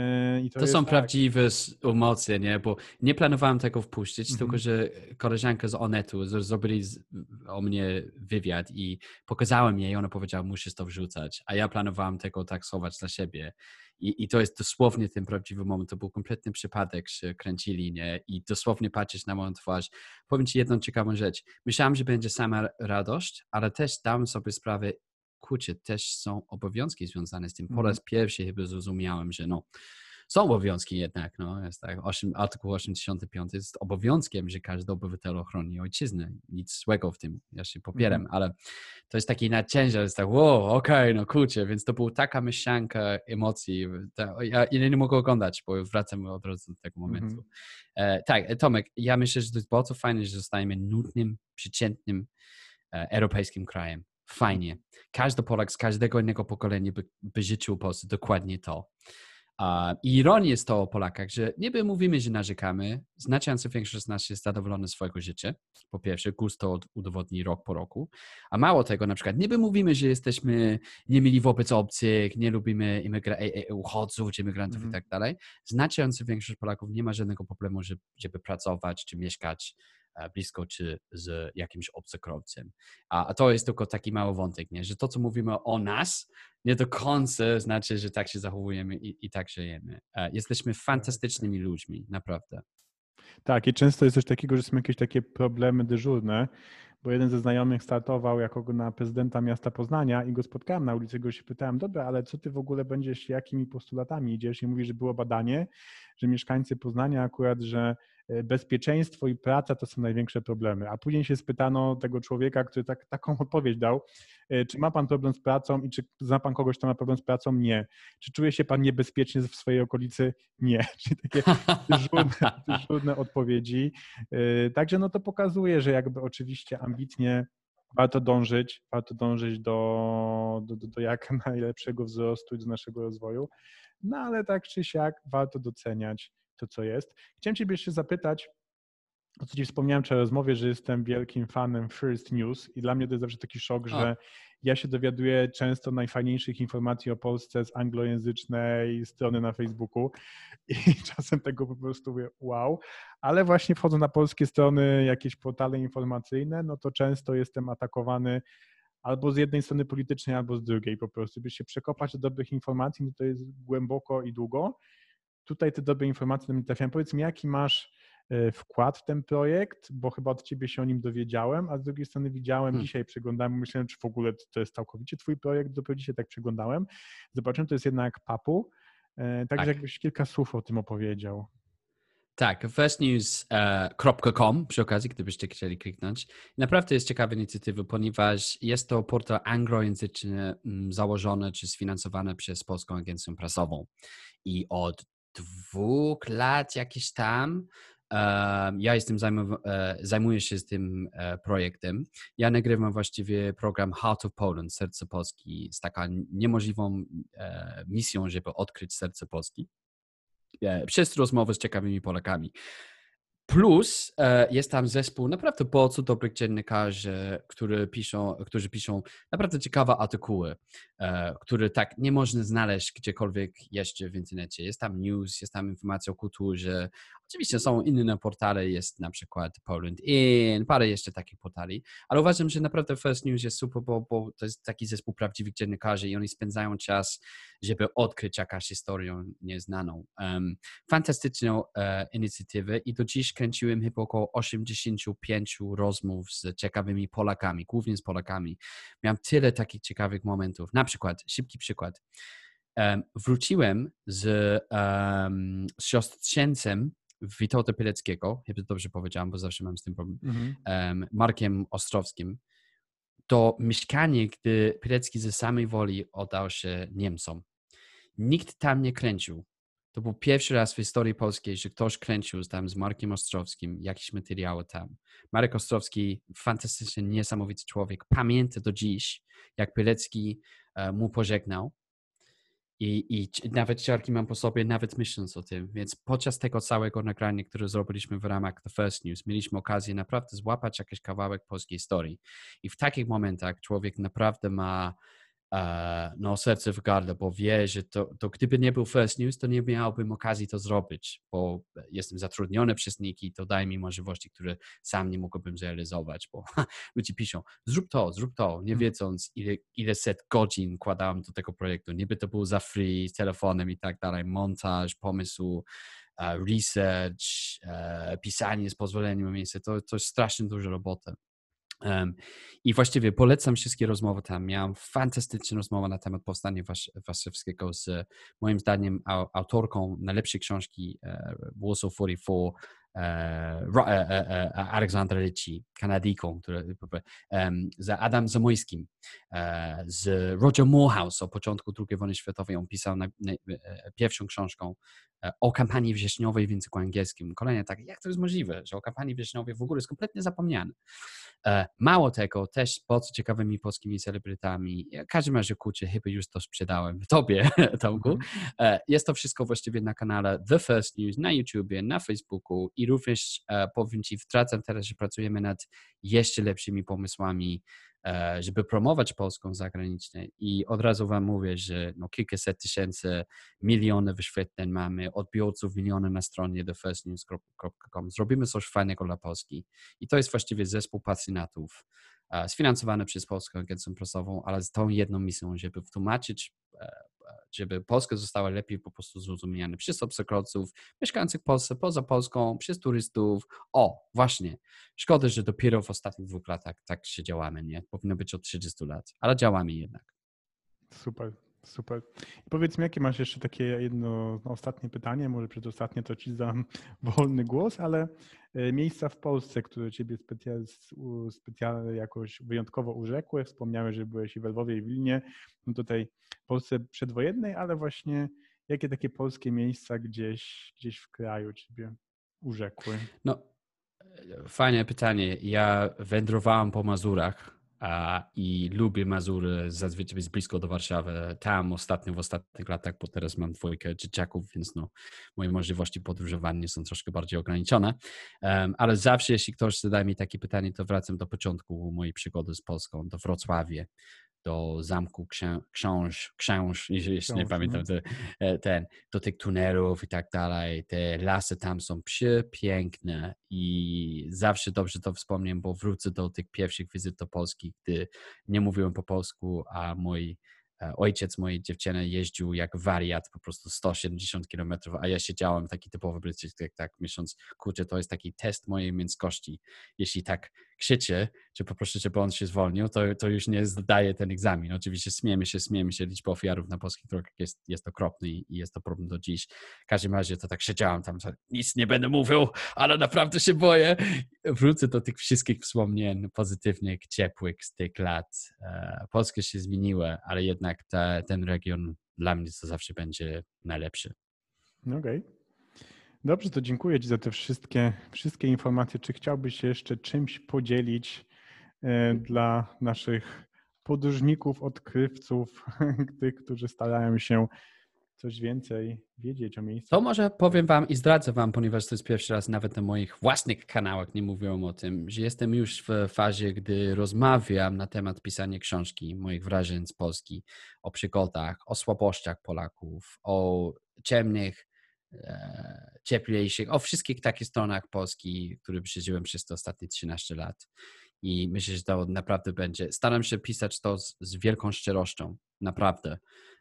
Speaker 1: I to
Speaker 2: To
Speaker 1: jest
Speaker 2: są
Speaker 1: tak.
Speaker 2: prawdziwe emocje, nie? Bo nie planowałem tego wpuścić,
Speaker 1: Mhm.
Speaker 2: tylko że koleżanka z Onetu z- zrobili z- o mnie wywiad i pokazałem jej i ona powiedziała, musisz to wrzucać, a ja planowałem tego taksować dla siebie. I, I to jest dosłownie ten prawdziwy moment. To był kompletny przypadek, że kręcili, nie? I dosłownie patrzysz na moją twarz. Powiem ci jedną ciekawą rzecz. Myślałem, że będzie sama radość, ale też dałem sobie sprawę, kurczę, też są obowiązki związane z tym. Po
Speaker 1: Mhm.
Speaker 2: raz pierwszy chyba zrozumiałem, że no, są obowiązki jednak, no, jest tak, osiem, artykuł osiemdziesiąty piąty jest obowiązkiem, że każdy obywatel ochroni ojczyznę. Nic złego w tym, ja się popieram,
Speaker 1: Mhm.
Speaker 2: ale to jest taki nacięcie, jest tak, wow, okej, no kurczę, więc to była taka mieszanka emocji. Ta, ja, ja nie mogę oglądać, bo wracam od razu do tego momentu.
Speaker 1: Mhm.
Speaker 2: E, tak, Tomek, ja myślę, że to jest bardzo fajne, że zostajemy nudnym, przeciętnym, e, europejskim krajem. Fajnie. Każdy Polak z każdego innego pokolenia by, by życzył po prostu dokładnie to. Uh, I ironią jest to o Polakach, że niby mówimy, że narzekamy, znacząca większość z nas jest zadowolona z swojego życia. Po pierwsze, gust to udowodni rok po roku. A mało tego, na przykład niby mówimy, że jesteśmy niemili wobec obcych, nie lubimy imigra- e- e- uchodźców, czy imigrantów
Speaker 1: Mhm.
Speaker 2: i tak dalej. Znacząca większość Polaków nie ma żadnego problemu, żeby, żeby pracować, czy mieszkać blisko, czy z jakimś obcokrajowcem. A, a to jest tylko taki mały wątek, nie? Że to, co mówimy o nas, nie do końca znaczy, że tak się zachowujemy i, i tak żyjemy. Jesteśmy fantastycznymi ludźmi, naprawdę.
Speaker 1: Tak, i często jest coś takiego, że są jakieś takie problemy dyżurne, bo jeden ze znajomych startował jako na prezydenta miasta Poznania i go spotkałem na ulicy, go się pytałem, dobra, ale co ty w ogóle będziesz, jakimi postulatami idziesz? I mówi, że było badanie, że mieszkańcy Poznania akurat, że bezpieczeństwo i praca to są największe problemy. A później się spytano tego człowieka, który tak, taką odpowiedź dał, czy ma pan problem z pracą i czy zna pan kogoś, kto ma problem z pracą? Nie. Czy czuje się pan niebezpiecznie w swojej okolicy? Nie. Czyli takie dyżurne, dyżurne odpowiedzi. Także no to pokazuje, że jakby oczywiście ambitnie warto dążyć, warto dążyć do, do, do jak najlepszego wzrostu i do naszego rozwoju, no ale tak czy siak warto doceniać to, co jest. Chciałem ciebie jeszcze zapytać, o co ci wspomniałem przy rozmowie, że jestem wielkim fanem First News i dla mnie to jest zawsze taki szok, że ja się dowiaduję często najfajniejszych informacji o Polsce z anglojęzycznej strony na Facebooku i czasem tego po prostu mówię wow, ale właśnie wchodzę na polskie strony, jakieś portale informacyjne, no to często jestem atakowany albo z jednej strony politycznej, albo z drugiej po prostu. By się przekopać do dobrych informacji, no to jest głęboko i długo. tutaj te dobre informacje do mnie trafiają. Powiedz mi, jaki masz wkład w ten projekt, bo chyba od ciebie się o nim dowiedziałem, a z drugiej strony widziałem, hmm. dzisiaj przeglądałem, myślałem, czy w ogóle to jest całkowicie twój projekt, dopiero dzisiaj tak przeglądałem. Zobaczyłem, to jest jednak papu, także tak. Jakbyś kilka słów o tym opowiedział.
Speaker 2: Tak, first news kropka com przy okazji, gdybyście chcieli kliknąć. Naprawdę jest ciekawa inicjatywa, ponieważ jest to portal anglojęzyczny założony czy sfinansowany przez Polską Agencję Prasową. I od dwóch lat jakieś tam ja jestem zajmuję się z tym projektem. Ja nagrywam właściwie program Heart of Poland, Serce Polski, z taką niemożliwą misją, żeby odkryć serce Polski przez rozmowy z ciekawymi Polakami. Plus jest tam zespół naprawdę bardzo dobrych dziennikarzy, którzy piszą, którzy piszą naprawdę ciekawe artykuły, które tak nie można znaleźć gdziekolwiek jeszcze w internecie. Jest tam news, jest tam informacja o kulturze. Oczywiście są inne portale, jest na przykład Poland In, parę jeszcze takich portali, ale uważam, że naprawdę First News jest super, bo, bo to jest taki zespół prawdziwych dziennikarzy i oni spędzają czas, żeby odkryć jakąś historię nieznaną. Um, fantastyczną e, inicjatywę i do dziś kręciłem chyba około osiemdziesiąt pięć rozmów z ciekawymi Polakami, głównie z Polakami. Miałem tyle takich ciekawych momentów. Na przykład, szybki przykład. Um, wróciłem z, um, z siostrzeńcem Witolda Pileckiego, chyba dobrze powiedziałem, bo zawsze mam z tym problem, mm-hmm. um, Markiem Ostrowskim, to mieszkanie, gdy Pilecki ze samej woli oddał się Niemcom. Nikt tam nie kręcił. To był pierwszy raz w historii polskiej, że ktoś kręcił tam z Markiem Ostrowskim jakieś materiały tam. Marek Ostrowski, fantastyczny, niesamowity człowiek, pamięta do dziś, jak Pilecki uh, mu pożegnał. I, I nawet ciarki mam po sobie, nawet myśląc o tym. Więc podczas tego całego nagrania, które zrobiliśmy w ramach The First News, mieliśmy okazję naprawdę złapać jakiś kawałek polskiej historii. I w takich momentach człowiek naprawdę ma uh, no, serce w gardle, bo wie, że to, to gdyby nie był First News, to nie miałbym okazji to zrobić, bo jestem zatrudniony przez Niki, to daje mi możliwości, które sam nie mógłbym zrealizować, bo ha, ludzie piszą, zrób to, zrób to, nie wiedząc, ile, ile set godzin kładałem do tego projektu. Niby to było za free, z telefonem i tak dalej, montaż, pomysł, uh, research, uh, pisanie z pozwoleniem na miejsce, to, to jest strasznie dużo roboty. Um, I właściwie polecam wszystkie rozmowy tam. Miałem fantastyczną rozmowę na temat powstania Was- Warszawskiego z moim zdaniem au- autorką najlepszej książki e, Warsaw czterdzieści cztery, e, Ro- e, e, Aleksandra Ricci, Kanadyjką, która, e, z Adam Zamojskim, e, z Roger Morehouse o początku drugiej wojny światowej. On pisał na, na, e, pierwszą książką e, o kampanii wrześniowej w języku angielskim. Kolejne tak, jak to jest możliwe, że o kampanii wrześniowej w ogóle jest kompletnie zapomniane. Mało tego, też z bardzo ciekawymi polskimi celebrytami. W każdym razie, kurczę, chyba już to sprzedałem tobie, Tomku. Jest to wszystko właściwie na kanale The First News, na YouTubie, na Facebooku i również powiem ci, wtracam teraz, że pracujemy nad jeszcze lepszymi pomysłami, żeby promować Polską zagranicznie i od razu wam mówię, że no kilkaset tysięcy, miliony wyświetleń mamy, odbiorców miliony na stronie the first news kropka com. Zrobimy coś fajnego dla Polski i to jest właściwie zespół pasjonatów sfinansowany przez Polską Agencję Prasową, ale z tą jedną misją, żeby wtłumaczyć, żeby Polska została lepiej po prostu zrozumiana przez obcokrajowców, mieszkających w Polsce, poza Polską, przez turystów. O, właśnie, szkoda, że dopiero w ostatnich dwóch latach tak się działamy, nie? Powinno być od trzydziestu lat, ale działamy jednak.
Speaker 1: Super, super. I powiedz mi, jakie masz jeszcze takie jedno no, ostatnie pytanie, może przedostatnie to ci dam wolny głos, ale miejsca w Polsce, które ciebie specjalnie specjalnie jakoś wyjątkowo urzekły, wspomniałeś, że byłeś i w Lwowie, i w Wilnie, no tutaj w Polsce przedwojennej, ale właśnie jakie takie polskie miejsca gdzieś, gdzieś w kraju ciebie urzekły?
Speaker 2: No, fajne pytanie. Ja wędrowałem po Mazurach a, i lubię Mazury, zazwyczaj jest blisko do Warszawy. Tam ostatnio, w ostatnich latach, bo teraz mam dwójkę dzieciaków, więc no, moje możliwości podróżowania są troszkę bardziej ograniczone. Um, ale zawsze, jeśli ktoś zadaje mi takie pytanie, to wracam do początku mojej przygody z Polską, do Wrocławia, do Zamku Księ, Książ, Książ, jeśli nie pamiętam, te, ten, do tych tunelów i tak dalej. Te lasy tam są przepiękne i zawsze dobrze to wspomnę, bo wrócę do tych pierwszych wizyt do Polski, gdy nie mówiłem po polsku, a mój ojciec mojej dziewczyny jeździł jak wariat, po prostu sto siedemdziesiąt kilometrów, a ja siedziałem taki typowy Brytyjczyk, tak, tak myśląc, kurczę, to jest taki test mojej męskości. Jeśli tak krzyczę, czy poproszę, żeby on się zwolnił, to, to już nie zdaje ten egzamin. Oczywiście śmiejemy się, śmiejemy się, liczba ofiarów na polskich drogach jest, jest okropny i jest to problem do dziś. W każdym razie to tak krzyczałem tam, że nic nie będę mówił, ale naprawdę się boję. Wrócę do tych wszystkich wspomnień pozytywnych, ciepłych z tych lat. Polska się zmieniła, ale jednak ta, ten region dla mnie to zawsze będzie najlepszy.
Speaker 1: Okej. Okay. Dobrze, to dziękuję Ci za te wszystkie, wszystkie informacje. Czy chciałbyś się jeszcze czymś podzielić e, dla naszych podróżników, odkrywców, tych, którzy starają się coś więcej wiedzieć o miejscu?
Speaker 2: To może powiem Wam i zdradzę Wam, ponieważ to jest pierwszy raz nawet na moich własnych kanałach nie mówiłem o tym, że jestem już w fazie, gdy rozmawiam na temat pisania książki, moich wrażeń z Polski, o przygodach, o słabościach Polaków, o ciemnych, e, cieplejszych, o wszystkich takich stronach Polski, które przeżyłem przez te ostatnie trzynaście lat. I myślę, że to naprawdę będzie. Staram się pisać to z, z wielką szczerością, naprawdę.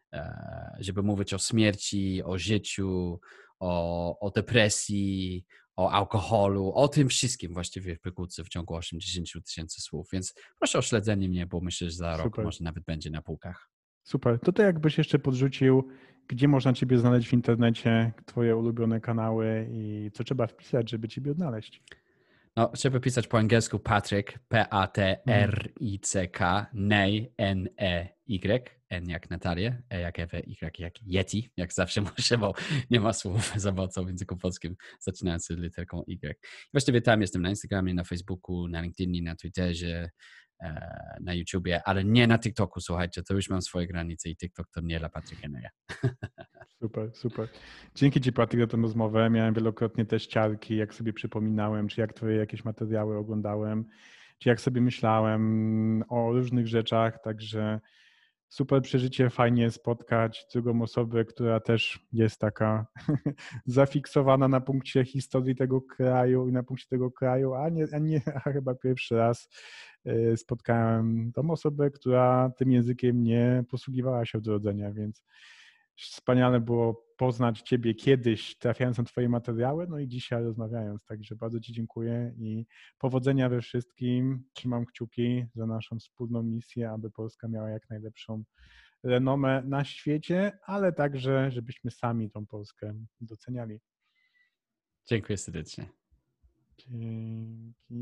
Speaker 2: Żeby mówić o śmierci, o życiu, o, o depresji, o alkoholu, o tym wszystkim właściwie w pigułce w ciągu osiemdziesiąt tysięcy słów. Więc proszę o śledzenie mnie, bo myślę, że za
Speaker 1: Super.
Speaker 2: rok może nawet będzie na półkach.
Speaker 1: Super. To to jakbyś jeszcze podrzucił, gdzie można Ciebie znaleźć w internecie, Twoje ulubione kanały i co trzeba wpisać, żeby Ciebie odnaleźć?
Speaker 2: No, trzeba pisać po angielsku Patrick, P A T R I C K, Ney, N E Y, N jak Natalię, E jak Ewę, Y jak Yeti, jak zawsze muszę, bo nie ma słów za mocą w języku polskim zaczynający literką Y. Właściwie tam jestem na Instagramie, na Facebooku, na LinkedInie, na Twitterze, na YouTubie, ale nie na TikToku, słuchajcie, to już mam swoje granice i TikTok to nie dla Patryka Neya.
Speaker 1: Super, super. Dzięki Ci, Patryk, za tę rozmowę. Miałem wielokrotnie też ciarki, jak sobie przypominałem, czy jak Twoje jakieś materiały oglądałem, czy jak sobie myślałem o różnych rzeczach, także super przeżycie, fajnie spotkać drugą osobę, która też jest taka zafiksowana na punkcie historii tego kraju i na punkcie tego kraju, a nie, a nie a chyba pierwszy raz spotkałem tą osobę, która tym językiem nie posługiwała się od urodzenia, więc wspaniale było poznać Ciebie kiedyś, trafiając na Twoje materiały, no i dzisiaj rozmawiając. Także bardzo Ci dziękuję i powodzenia we wszystkim. Trzymam kciuki za naszą wspólną misję, aby Polska miała jak najlepszą renomę na świecie, ale także, żebyśmy sami tą Polskę doceniali.
Speaker 2: Dziękuję serdecznie.
Speaker 1: Dzięki.